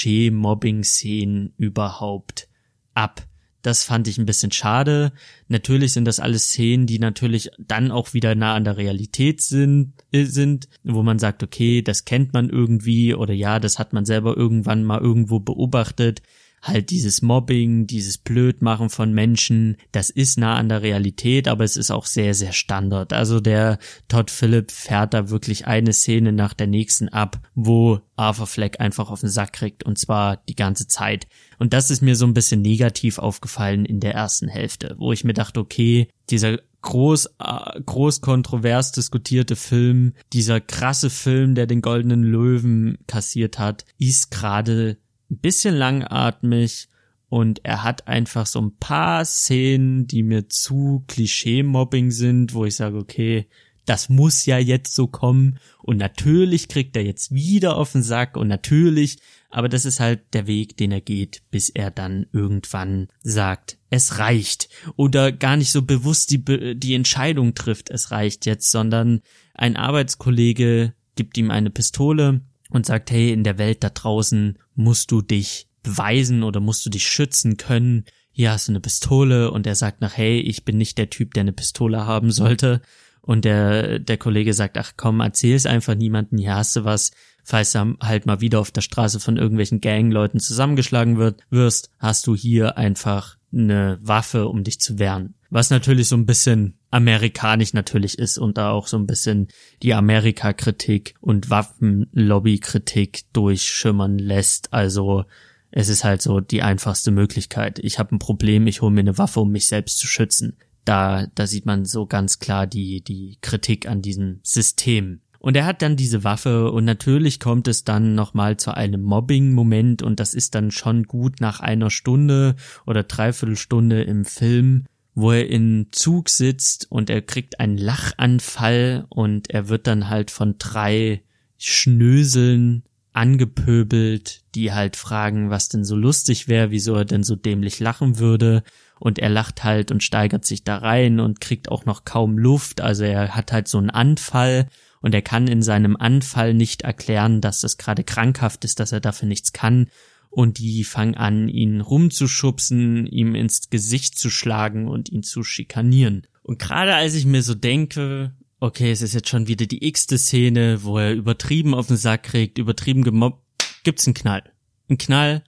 Klischee-Mobbing-Szenen überhaupt ab. Das fand ich ein bisschen schade. Natürlich sind das alles Szenen, die natürlich dann auch wieder nah an der Realität sind, sind, wo man sagt, okay, das kennt man irgendwie oder ja, das hat man selber irgendwann mal irgendwo beobachtet. Halt dieses Mobbing, dieses Blödmachen von Menschen, das ist nah an der Realität, aber es ist auch sehr, sehr Standard. Also der Todd Phillips fährt da wirklich eine Szene nach der nächsten ab, wo Arthur Fleck einfach auf den Sack kriegt und zwar die ganze Zeit. Und das ist mir so ein bisschen negativ aufgefallen in der ersten Hälfte, wo ich mir dachte, okay, dieser groß, groß kontrovers diskutierte Film, dieser krasse Film, der den Goldenen Löwen kassiert hat, ist gerade ein bisschen langatmig und er hat einfach so ein paar Szenen, die mir zu Klischee-Mobbing sind, wo ich sage, okay, das muss ja jetzt so kommen und natürlich kriegt er jetzt wieder auf den Sack und natürlich, aber das ist halt der Weg, den er geht, bis er dann irgendwann sagt, es reicht oder gar nicht so bewusst die, die Entscheidung trifft, es reicht jetzt, sondern ein Arbeitskollege gibt ihm eine Pistole und sagt, hey, in der Welt da draußen musst du dich beweisen oder musst du dich schützen können. Hier hast du eine Pistole und er sagt nach, hey, ich bin nicht der Typ, der eine Pistole haben sollte. Und der der Kollege sagt, ach komm, erzähl's einfach niemanden, hier hast du was. Falls du halt mal wieder auf der Straße von irgendwelchen Gangleuten zusammengeschlagen wird, wirst, hast du hier einfach eine Waffe, um dich zu wehren. Was natürlich so ein bisschen amerikanisch natürlich ist und da auch so ein bisschen die Amerika-Kritik und Waffenlobby-Kritik durchschimmern lässt. Also es ist halt so die einfachste Möglichkeit. Ich habe ein Problem, ich hole mir eine Waffe, um mich selbst zu schützen. Da, da sieht man so ganz klar die, die Kritik an diesem System. Und er hat dann diese Waffe und natürlich kommt es dann nochmal zu einem Mobbing-Moment und das ist dann schon gut nach einer Stunde oder Dreiviertelstunde im Film, wo er im Zug sitzt und er kriegt einen Lachanfall und er wird dann halt von drei Schnöseln angepöbelt, die halt fragen, was denn so lustig wäre, wieso er denn so dämlich lachen würde. Und er lacht halt und steigert sich da rein und kriegt auch noch kaum Luft. Also er hat halt so einen Anfall und er kann in seinem Anfall nicht erklären, dass das gerade krankhaft ist, dass er dafür nichts kann. Und die fangen an, ihn rumzuschubsen, ihm ins Gesicht zu schlagen und ihn zu schikanieren. Und gerade als ich mir so denke, okay, es ist jetzt schon wieder die x-te Szene, wo er übertrieben auf den Sack kriegt, übertrieben gemobbt, gibt's einen Knall. Ein Knall.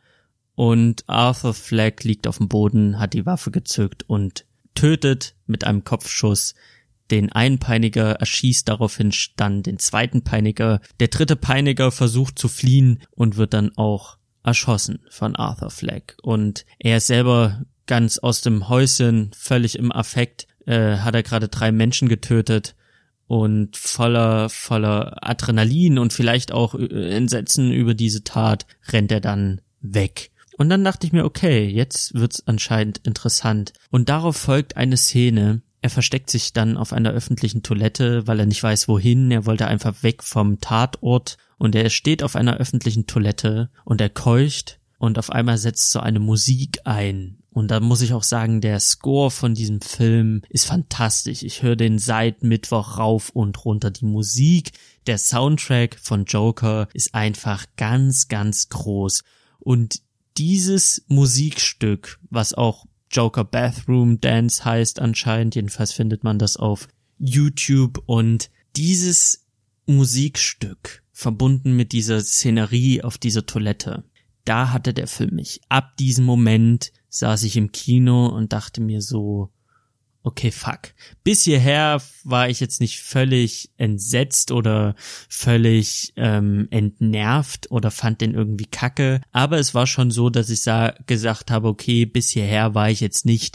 Und Arthur Fleck liegt auf dem Boden, hat die Waffe gezückt und tötet mit einem Kopfschuss den einen Peiniger, erschießt daraufhin dann den zweiten Peiniger. Der dritte Peiniger versucht zu fliehen und wird dann auch erschossen von Arthur Fleck. Und er ist selber ganz aus dem Häuschen, völlig im Affekt, äh, hat er gerade drei Menschen getötet und voller, voller Adrenalin und vielleicht auch Entsetzen über diese Tat rennt er dann weg. Und dann dachte ich mir, okay, jetzt wird's anscheinend interessant. Und darauf folgt eine Szene. Er versteckt sich dann auf einer öffentlichen Toilette, weil er nicht weiß, wohin. Er wollte einfach weg vom Tatort. Und er steht auf einer öffentlichen Toilette und er keucht und auf einmal setzt so eine Musik ein. Und da muss ich auch sagen, der Score von diesem Film ist fantastisch. Ich höre den seit Mittwoch rauf und runter. Die Musik, der Soundtrack von Joker ist einfach ganz, ganz groß. Und dieses Musikstück, was auch Joker Bathroom Dance heißt anscheinend, jedenfalls findet man das auf YouTube, und dieses Musikstück verbunden mit dieser Szenerie auf dieser Toilette, da hatte der Film mich. Ab diesem Moment saß ich im Kino und dachte mir so, okay, fuck. Bis hierher war ich jetzt nicht völlig entsetzt oder völlig ähm, entnervt oder fand den irgendwie kacke. Aber es war schon so, dass ich sah, gesagt habe, okay, bis hierher war ich jetzt nicht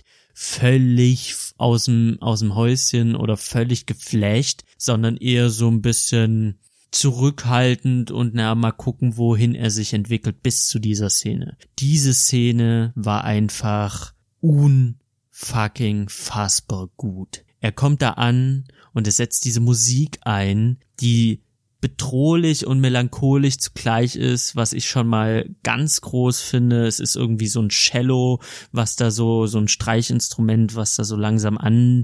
völlig aus dem, aus dem Häuschen oder völlig geflasht, sondern eher so ein bisschen zurückhaltend und na, mal gucken, wohin er sich entwickelt bis zu dieser Szene. Diese Szene war einfach un fucking fassbar gut. Er kommt da an und es setzt diese Musik ein, die bedrohlich und melancholisch zugleich ist, was ich schon mal ganz groß finde. Es ist irgendwie so ein Cello, was da so, so ein Streichinstrument, was da so langsam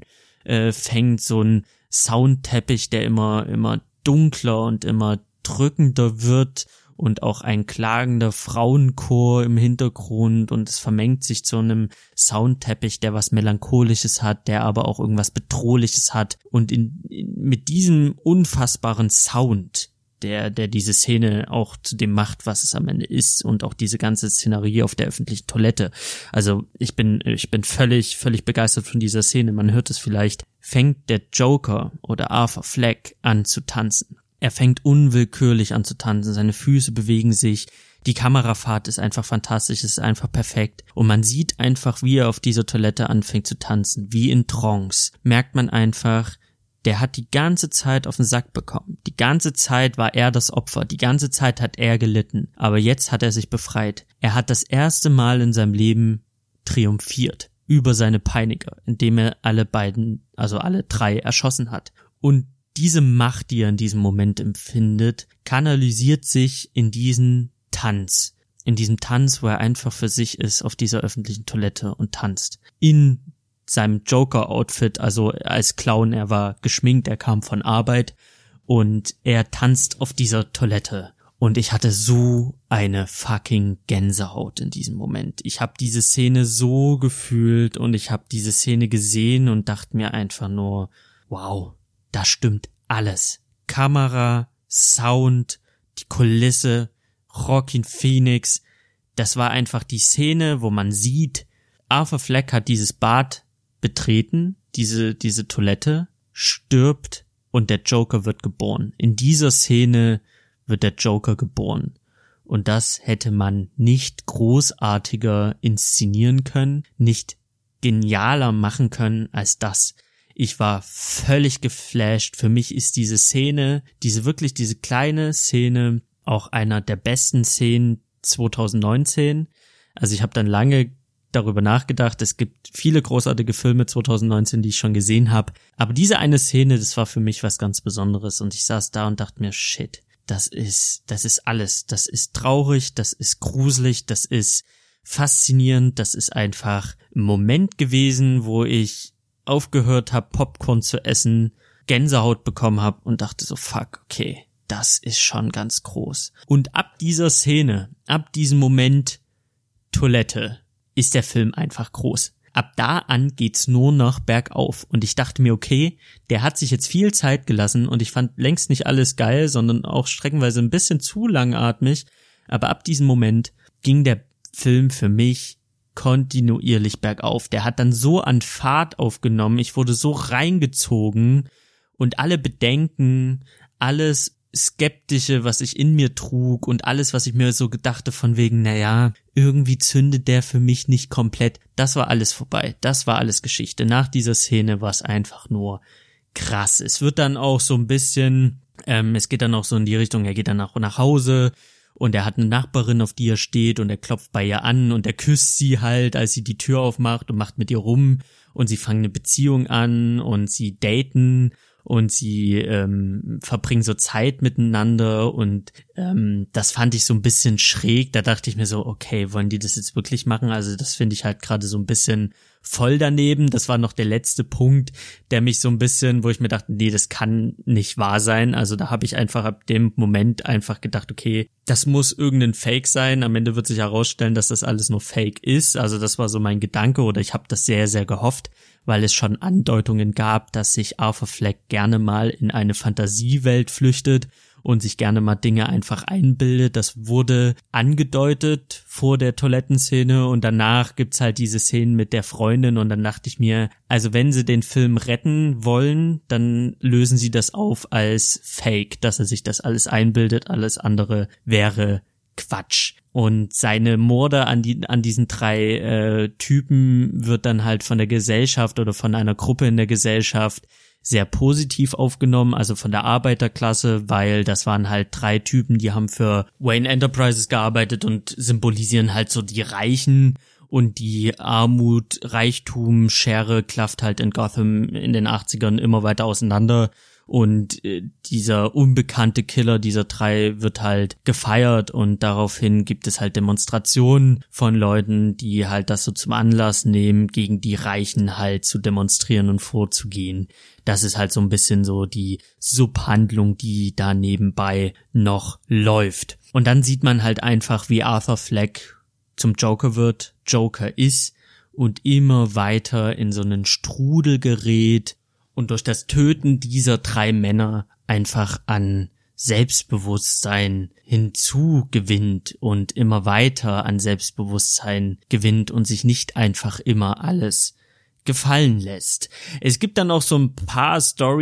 anfängt, so ein Soundteppich, der immer, immer dunkler und immer drückender wird. Und auch ein klagender Frauenchor im Hintergrund und es vermengt sich zu einem Soundteppich, der was Melancholisches hat, der aber auch irgendwas Bedrohliches hat. Und in, in, mit diesem unfassbaren Sound, der der diese Szene auch zu dem macht, was es am Ende ist, und auch diese ganze Szenerie auf der öffentlichen Toilette. Also ich bin ich bin völlig völlig begeistert von dieser Szene. Man hört es vielleicht, fängt der Joker oder Arthur Fleck an zu tanzen. Er fängt unwillkürlich an zu tanzen, seine Füße bewegen sich, die Kamerafahrt ist einfach fantastisch, es ist einfach perfekt. Und man sieht einfach, wie er auf dieser Toilette anfängt zu tanzen, wie in Trance. Merkt man einfach, der hat die ganze Zeit auf den Sack bekommen. Die ganze Zeit war er das Opfer, die ganze Zeit hat er gelitten. Aber jetzt hat er sich befreit. Er hat das erste Mal in seinem Leben triumphiert über seine Peiniger, indem er alle beiden, also alle drei erschossen hat. Und diese Macht, die er in diesem Moment empfindet, kanalisiert sich in diesen Tanz. In diesem Tanz, wo er einfach für sich ist auf dieser öffentlichen Toilette und tanzt. In seinem Joker-Outfit, also als Clown, er war geschminkt, er kam von Arbeit und er tanzt auf dieser Toilette. Und ich hatte so eine fucking Gänsehaut in diesem Moment. Ich habe diese Szene so gefühlt und ich habe diese Szene gesehen und dachte mir einfach nur, wow, da stimmt alles. Kamera, Sound, die Kulisse, Joaquin Phoenix. Das war einfach die Szene, wo man sieht, Arthur Fleck hat dieses Bad betreten, diese, diese Toilette, stirbt und der Joker wird geboren. In dieser Szene wird der Joker geboren. Und das hätte man nicht großartiger inszenieren können, nicht genialer machen können als das. Ich war völlig geflasht. Für mich ist diese Szene, diese wirklich diese kleine Szene auch einer der besten Szenen zwanzig neunzehn. Also ich habe dann lange darüber nachgedacht. Es gibt viele großartige Filme zwanzig neunzehn, die ich schon gesehen habe. Aber diese eine Szene, das war für mich was ganz Besonderes. Und ich saß da und dachte mir, shit, das ist, das ist alles. Das ist traurig, das ist gruselig, das ist faszinierend. Das ist einfach ein Moment gewesen, wo ich aufgehört habe, Popcorn zu essen, Gänsehaut bekommen habe und dachte so, fuck, okay, das ist schon ganz groß. Und ab dieser Szene, ab diesem Moment Toilette, ist der Film einfach groß. Ab da an geht's nur noch bergauf. Und ich dachte mir, okay, der hat sich jetzt viel Zeit gelassen und ich fand längst nicht alles geil, sondern auch streckenweise ein bisschen zu langatmig. Aber ab diesem Moment ging der Film für mich kontinuierlich bergauf. Der hat dann so an Fahrt aufgenommen, ich wurde so reingezogen und alle Bedenken, alles Skeptische, was ich in mir trug und alles, was ich mir so gedachte von wegen, naja, irgendwie zündet der für mich nicht komplett, das war alles vorbei, das war alles Geschichte. Nach dieser Szene war es einfach nur krass. Es wird dann auch so ein bisschen, ähm, es geht dann auch so in die Richtung, er geht dann auch nach Hause und er hat eine Nachbarin, auf die er steht und er klopft bei ihr an und er küsst sie halt, als sie die Tür aufmacht und macht mit ihr rum und sie fangen eine Beziehung an und sie daten und sie ähm, verbringen so Zeit miteinander und ähm, das fand ich so ein bisschen schräg. Da dachte ich mir so, okay, wollen die das jetzt wirklich machen? Also das finde ich halt gerade so ein bisschen voll daneben. Das war noch der letzte Punkt, der mich so ein bisschen, wo ich mir dachte, nee, das kann nicht wahr sein. Also da habe ich einfach ab dem Moment einfach gedacht, okay, das muss irgendein Fake sein. Am Ende wird sich herausstellen, dass das alles nur Fake ist. Also das war so mein Gedanke oder ich habe das sehr, sehr gehofft, weil es schon Andeutungen gab, dass sich Arthur Fleck gerne mal in eine Fantasiewelt flüchtet und sich gerne mal Dinge einfach einbildet. Das wurde angedeutet vor der Toilettenszene und danach gibt's halt diese Szenen mit der Freundin und dann dachte ich mir, also wenn sie den Film retten wollen, dann lösen sie das auf als Fake, dass er sich das alles einbildet, alles andere wäre Quatsch. Und seine Morde an die an diesen drei äh, Typen wird dann halt von der Gesellschaft oder von einer Gruppe in der Gesellschaft sehr positiv aufgenommen, also von der Arbeiterklasse, weil das waren halt drei Typen, die haben für Wayne Enterprises gearbeitet und symbolisieren halt so die Reichen und die Armut, Reichtum, Schere klafft halt in Gotham in den achtzigern immer weiter auseinander. Und äh, dieser unbekannte Killer dieser drei wird halt gefeiert und daraufhin gibt es halt Demonstrationen von Leuten, die halt das so zum Anlass nehmen, gegen die Reichen halt zu demonstrieren und vorzugehen. Das ist halt so ein bisschen so die Subhandlung, die da nebenbei noch läuft. Und dann sieht man halt einfach, wie Arthur Fleck zum Joker wird, Joker ist und immer weiter in so einen Strudel gerät, und durch das Töten dieser drei Männer einfach an Selbstbewusstsein hinzugewinnt und immer weiter an Selbstbewusstsein gewinnt und sich nicht einfach immer alles gefallen lässt. Es gibt dann auch so ein paar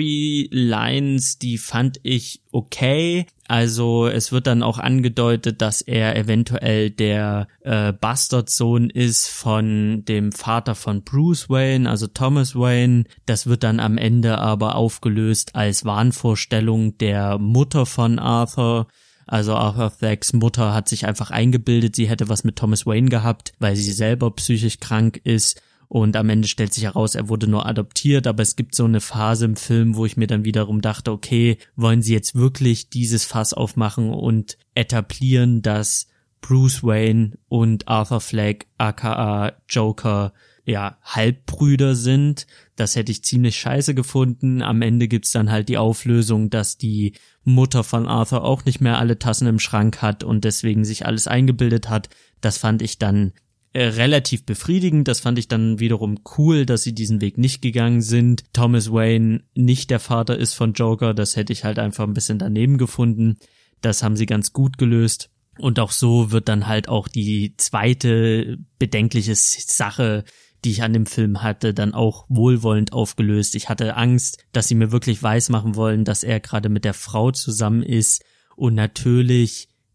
Storylines, die fand ich okay. Also es wird dann auch angedeutet, dass er eventuell der äh, Bastardsohn ist von dem Vater von Bruce Wayne, also Thomas Wayne. Das wird dann am Ende aber aufgelöst als Wahnvorstellung der Mutter von Arthur. Also Arthur Flecks Mutter hat sich einfach eingebildet, sie hätte was mit Thomas Wayne gehabt, weil sie selber psychisch krank ist. Und am Ende stellt sich heraus, er wurde nur adoptiert, aber es gibt so eine Phase im Film, wo ich mir dann wiederum dachte, okay, wollen sie jetzt wirklich dieses Fass aufmachen und etablieren, dass Bruce Wayne und Arthur Fleck aka Joker ja Halbbrüder sind? Das hätte ich ziemlich scheiße gefunden. Am Ende gibt's dann halt die Auflösung, dass die Mutter von Arthur auch nicht mehr alle Tassen im Schrank hat und deswegen sich alles eingebildet hat. Das fand ich dann Äh, relativ befriedigend, das fand ich dann wiederum cool, dass sie diesen Weg nicht gegangen sind. Thomas Wayne nicht der Vater ist von Joker, das hätte ich halt einfach ein bisschen daneben gefunden. Das haben sie ganz gut gelöst. Und auch so wird dann halt auch die zweite bedenkliche Sache, die ich an dem Film hatte, dann auch wohlwollend aufgelöst. Ich hatte Angst, dass sie mir wirklich weismachen wollen, dass er gerade mit der Frau zusammen ist. Und natürlich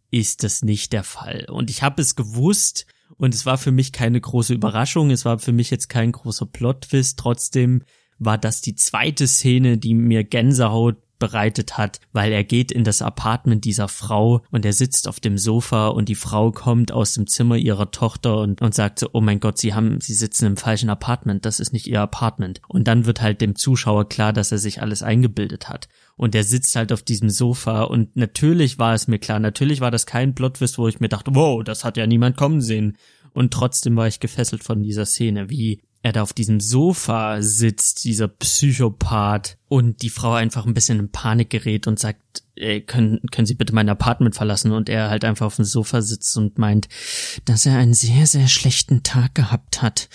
ist das nicht der Fall. Und ich habe es gewusst und es war für mich keine große Überraschung, es war für mich jetzt kein großer Plot-Twist, trotzdem war das die zweite Szene, die mir Gänsehaut bereitet hat, weil er geht in das Apartment dieser Frau und er sitzt auf dem Sofa und die Frau kommt aus dem Zimmer ihrer Tochter und, und sagt so, oh mein Gott, sie haben, sie sitzen im falschen Apartment, das ist nicht ihr Apartment. Und dann wird halt dem Zuschauer klar, dass er sich alles eingebildet hat. Und er sitzt halt auf diesem Sofa und natürlich war es mir klar, natürlich war das kein Plot-Twist, wo ich mir dachte, wow, das hat ja niemand kommen sehen. Und trotzdem war ich gefesselt von dieser Szene, wie er da auf diesem Sofa sitzt, dieser Psychopath, und die Frau einfach ein bisschen in Panik gerät und sagt, ey, können, können Sie bitte mein Apartment verlassen? Und er halt einfach auf dem Sofa sitzt und meint, dass er einen sehr, sehr schlechten Tag gehabt hat.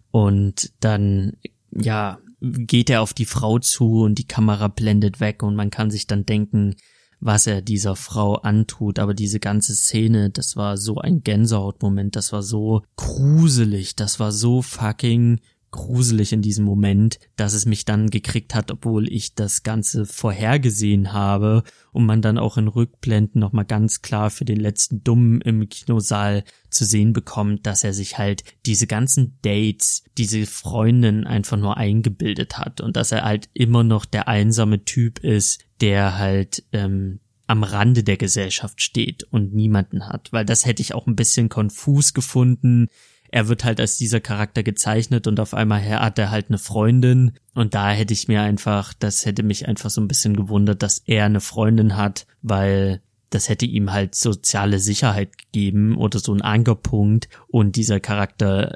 Und dann, ja, geht er auf die Frau zu und die Kamera blendet weg und man kann sich dann denken, was er dieser Frau antut, aber diese ganze Szene, das war so ein Gänsehautmoment, das war so gruselig, das war so fucking gruselig in diesem Moment, dass es mich dann gekriegt hat, obwohl ich das Ganze vorhergesehen habe und man dann auch in Rückblenden nochmal ganz klar für den letzten Dummen im Kinosaal zu sehen bekommt, dass er sich halt diese ganzen Dates, diese Freundin einfach nur eingebildet hat und dass er halt immer noch der einsame Typ ist, der halt ähm, am Rande der Gesellschaft steht und niemanden hat, weil das hätte ich auch ein bisschen konfus gefunden. Er wird halt als dieser Charakter gezeichnet und auf einmal hat er halt eine Freundin und da hätte ich mir einfach, das hätte mich einfach so ein bisschen gewundert, dass er eine Freundin hat, weil das hätte ihm halt soziale Sicherheit gegeben oder so ein Ankerpunkt und dieser Charakter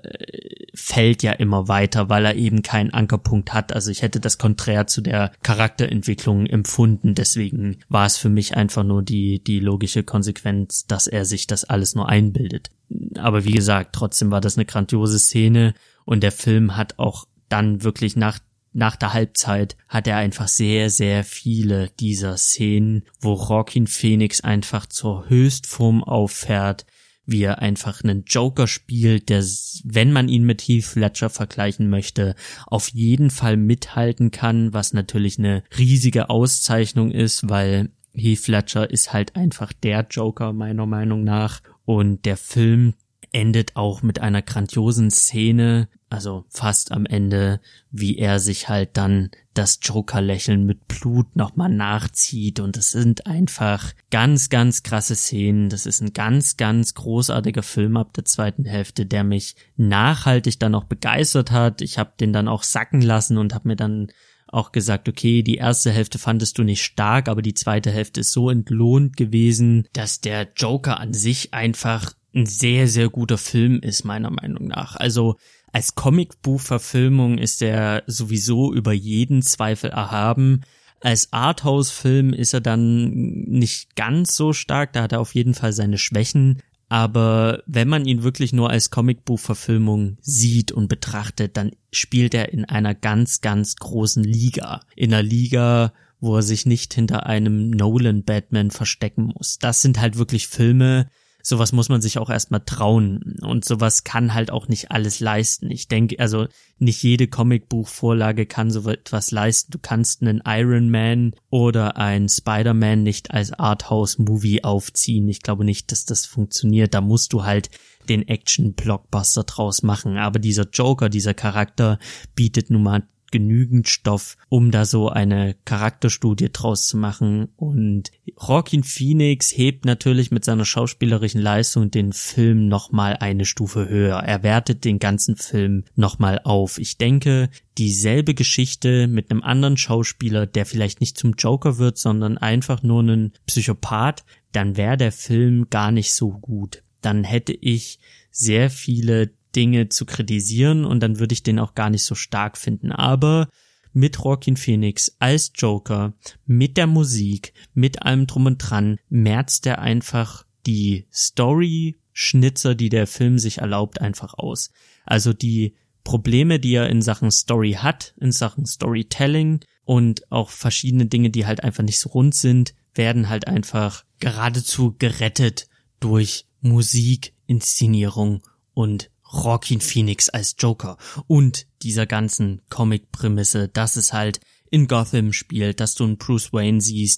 fällt ja immer weiter, weil er eben keinen Ankerpunkt hat. Also ich hätte das konträr zu der Charakterentwicklung empfunden, deswegen war es für mich einfach nur die die logische Konsequenz, dass er sich das alles nur einbildet. Aber wie gesagt, trotzdem war das eine grandiose Szene und der Film hat auch dann wirklich nach Nach der Halbzeit hat er einfach sehr, sehr viele dieser Szenen, wo Joaquin Phoenix einfach zur Höchstform auffährt, wie er einfach einen Joker spielt, der, wenn man ihn mit Heath Ledger vergleichen möchte, auf jeden Fall mithalten kann, was natürlich eine riesige Auszeichnung ist, weil Heath Ledger ist halt einfach der Joker meiner Meinung nach und der Film endet auch mit einer grandiosen Szene, also fast am Ende, wie er sich halt dann das Joker-Lächeln mit Blut nochmal nachzieht und es sind einfach ganz, ganz krasse Szenen. Das ist ein ganz, ganz großartiger Film ab der zweiten Hälfte, der mich nachhaltig dann auch begeistert hat. Ich habe den dann auch sacken lassen und habe mir dann auch gesagt, okay, die erste Hälfte fandest du nicht stark, aber die zweite Hälfte ist so entlohnt gewesen, dass der Joker an sich einfach ein sehr, sehr guter Film ist, meiner Meinung nach. Also als Comicbuchverfilmung ist er sowieso über jeden Zweifel erhaben. Als Arthouse-Film ist er dann nicht ganz so stark, da hat er auf jeden Fall seine Schwächen. Aber wenn man ihn wirklich nur als Comicbuchverfilmung sieht und betrachtet, dann spielt er in einer ganz, ganz großen Liga. In einer Liga, wo er sich nicht hinter einem Nolan-Batman verstecken muss. Das sind halt wirklich Filme, sowas muss man sich auch erstmal trauen und sowas kann halt auch nicht alles leisten. Ich denke, also nicht jede Comicbuchvorlage kann so etwas leisten. Du kannst einen Iron Man oder ein Spider-Man nicht als Arthouse-Movie aufziehen. Ich glaube nicht, dass das funktioniert. Da musst du halt den Action-Blockbuster draus machen. Aber dieser Joker, dieser Charakter bietet nun mal genügend Stoff, um da so eine Charakterstudie draus zu machen. Und Joaquin Phoenix hebt natürlich mit seiner schauspielerischen Leistung den Film nochmal eine Stufe höher. Er wertet den ganzen Film nochmal auf. Ich denke, dieselbe Geschichte mit einem anderen Schauspieler, der vielleicht nicht zum Joker wird, sondern einfach nur ein Psychopath, dann wäre der Film gar nicht so gut. Dann hätte ich sehr viele Dinge zu kritisieren und dann würde ich den auch gar nicht so stark finden. Aber mit Joaquin Phoenix als Joker, mit der Musik, mit allem drum und dran, merzt er einfach die Story-Schnitzer, die der Film sich erlaubt, einfach aus. Also die Probleme, die er in Sachen Story hat, in Sachen Storytelling und auch verschiedene Dinge, die halt einfach nicht so rund sind, werden halt einfach geradezu gerettet durch Musik, Inszenierung und Joaquin Phoenix als Joker und dieser ganzen Comic-Prämisse, dass es halt in Gotham spielt, dass du einen Bruce Wayne siehst,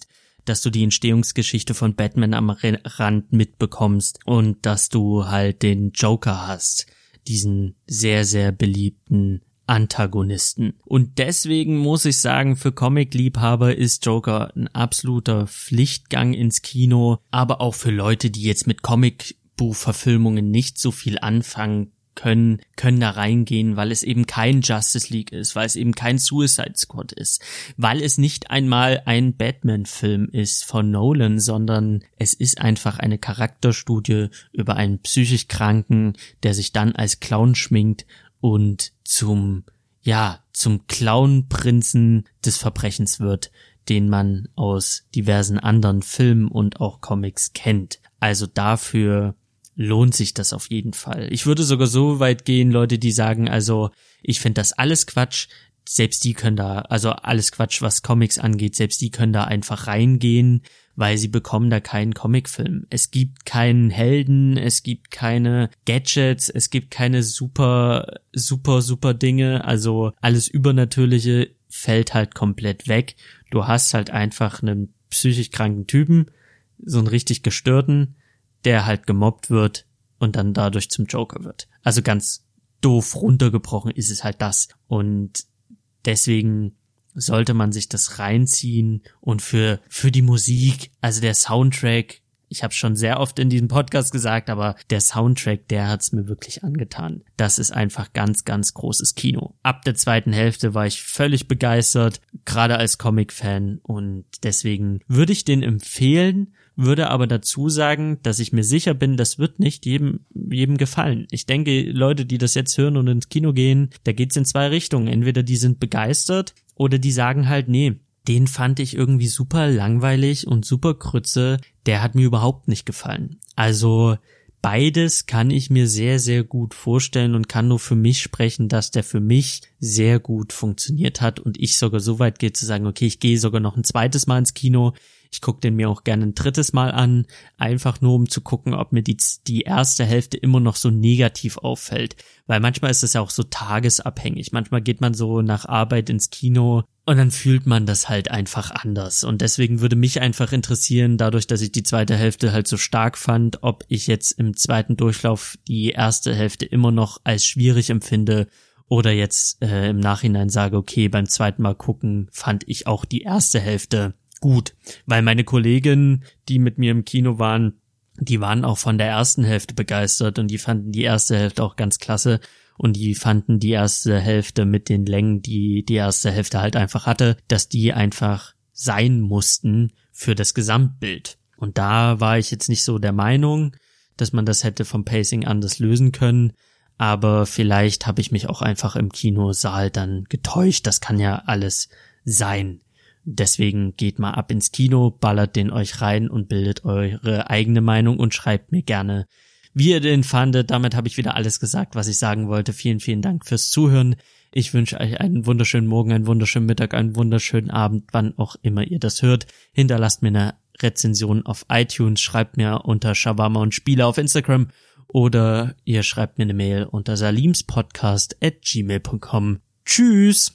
dass du die Entstehungsgeschichte von Batman am Rand mitbekommst und dass du halt den Joker hast, diesen sehr, sehr beliebten Antagonisten. Und deswegen muss ich sagen, für Comic-Liebhaber ist Joker ein absoluter Pflichtgang ins Kino, aber auch für Leute, die jetzt mit Comicbuchverfilmungen nicht so viel anfangen können, können da reingehen, weil es eben kein Justice League ist, weil es eben kein Suicide Squad ist, weil es nicht einmal ein Batman-Film ist von Nolan, sondern es ist einfach eine Charakterstudie über einen psychisch Kranken, der sich dann als Clown schminkt und zum, ja, zum Clown-Prinzen des Verbrechens wird, den man aus diversen anderen Filmen und auch Comics kennt. Also dafür lohnt sich das auf jeden Fall. Ich würde sogar so weit gehen, Leute, die sagen, also ich finde das alles Quatsch, selbst die können da, also alles Quatsch, was Comics angeht, selbst die können da einfach reingehen, weil sie bekommen da keinen Comicfilm. Es gibt keinen Helden, es gibt keine Gadgets, es gibt keine super, super, super Dinge, also alles Übernatürliche fällt halt komplett weg. Du hast halt einfach einen psychisch kranken Typen, so einen richtig gestörten, der halt gemobbt wird und dann dadurch zum Joker wird. Also ganz doof runtergebrochen ist es halt das. Und deswegen sollte man sich das reinziehen und für für die Musik, also der Soundtrack, ich habe schon sehr oft in diesem Podcast gesagt, aber der Soundtrack, der hat's mir wirklich angetan. Das ist einfach ganz, ganz großes Kino. Ab der zweiten Hälfte war ich völlig begeistert, gerade als Comic-Fan, und deswegen würde ich den empfehlen, würde aber dazu sagen, dass ich mir sicher bin, das wird nicht jedem jedem gefallen. Ich denke, Leute, die das jetzt hören und ins Kino gehen, da geht's in zwei Richtungen. Entweder die sind begeistert oder die sagen halt, nee, den fand ich irgendwie super langweilig und super Krütze, der hat mir überhaupt nicht gefallen. Also beides kann ich mir sehr, sehr gut vorstellen und kann nur für mich sprechen, dass der für mich sehr gut funktioniert hat und ich sogar so weit gehe zu sagen, okay, ich gehe sogar noch ein zweites Mal ins Kino. Ich gucke den mir auch gerne ein drittes Mal an, einfach nur um zu gucken, ob mir die, die erste Hälfte immer noch so negativ auffällt. Weil manchmal ist es ja auch so tagesabhängig. Manchmal geht man so nach Arbeit ins Kino und dann fühlt man das halt einfach anders. Und deswegen würde mich einfach interessieren, dadurch, dass ich die zweite Hälfte halt so stark fand, ob ich jetzt im zweiten Durchlauf die erste Hälfte immer noch als schwierig empfinde oder jetzt äh, im Nachhinein sage, okay, beim zweiten Mal gucken fand ich auch die erste Hälfte gut, weil meine Kolleginnen, die mit mir im Kino waren, die waren auch von der ersten Hälfte begeistert und die fanden die erste Hälfte auch ganz klasse und die fanden die erste Hälfte mit den Längen, die die erste Hälfte halt einfach hatte, dass die einfach sein mussten für das Gesamtbild. Und da war ich jetzt nicht so der Meinung, dass man das hätte vom Pacing anders lösen können, aber vielleicht habe ich mich auch einfach im Kinosaal dann getäuscht, das kann ja alles sein. Deswegen geht mal ab ins Kino, ballert den euch rein und bildet eure eigene Meinung und schreibt mir gerne, wie ihr den fandet. Damit habe ich wieder alles gesagt, was ich sagen wollte. Vielen, vielen Dank fürs Zuhören. Ich wünsche euch einen wunderschönen Morgen, einen wunderschönen Mittag, einen wunderschönen Abend, wann auch immer ihr das hört. Hinterlasst mir eine Rezension auf iTunes, schreibt mir unter Shawarma und Spiele auf Instagram oder ihr schreibt mir eine Mail unter salimspodcast at gmail punkt com. Tschüss!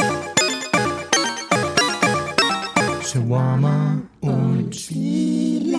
Shawarma und Spiele.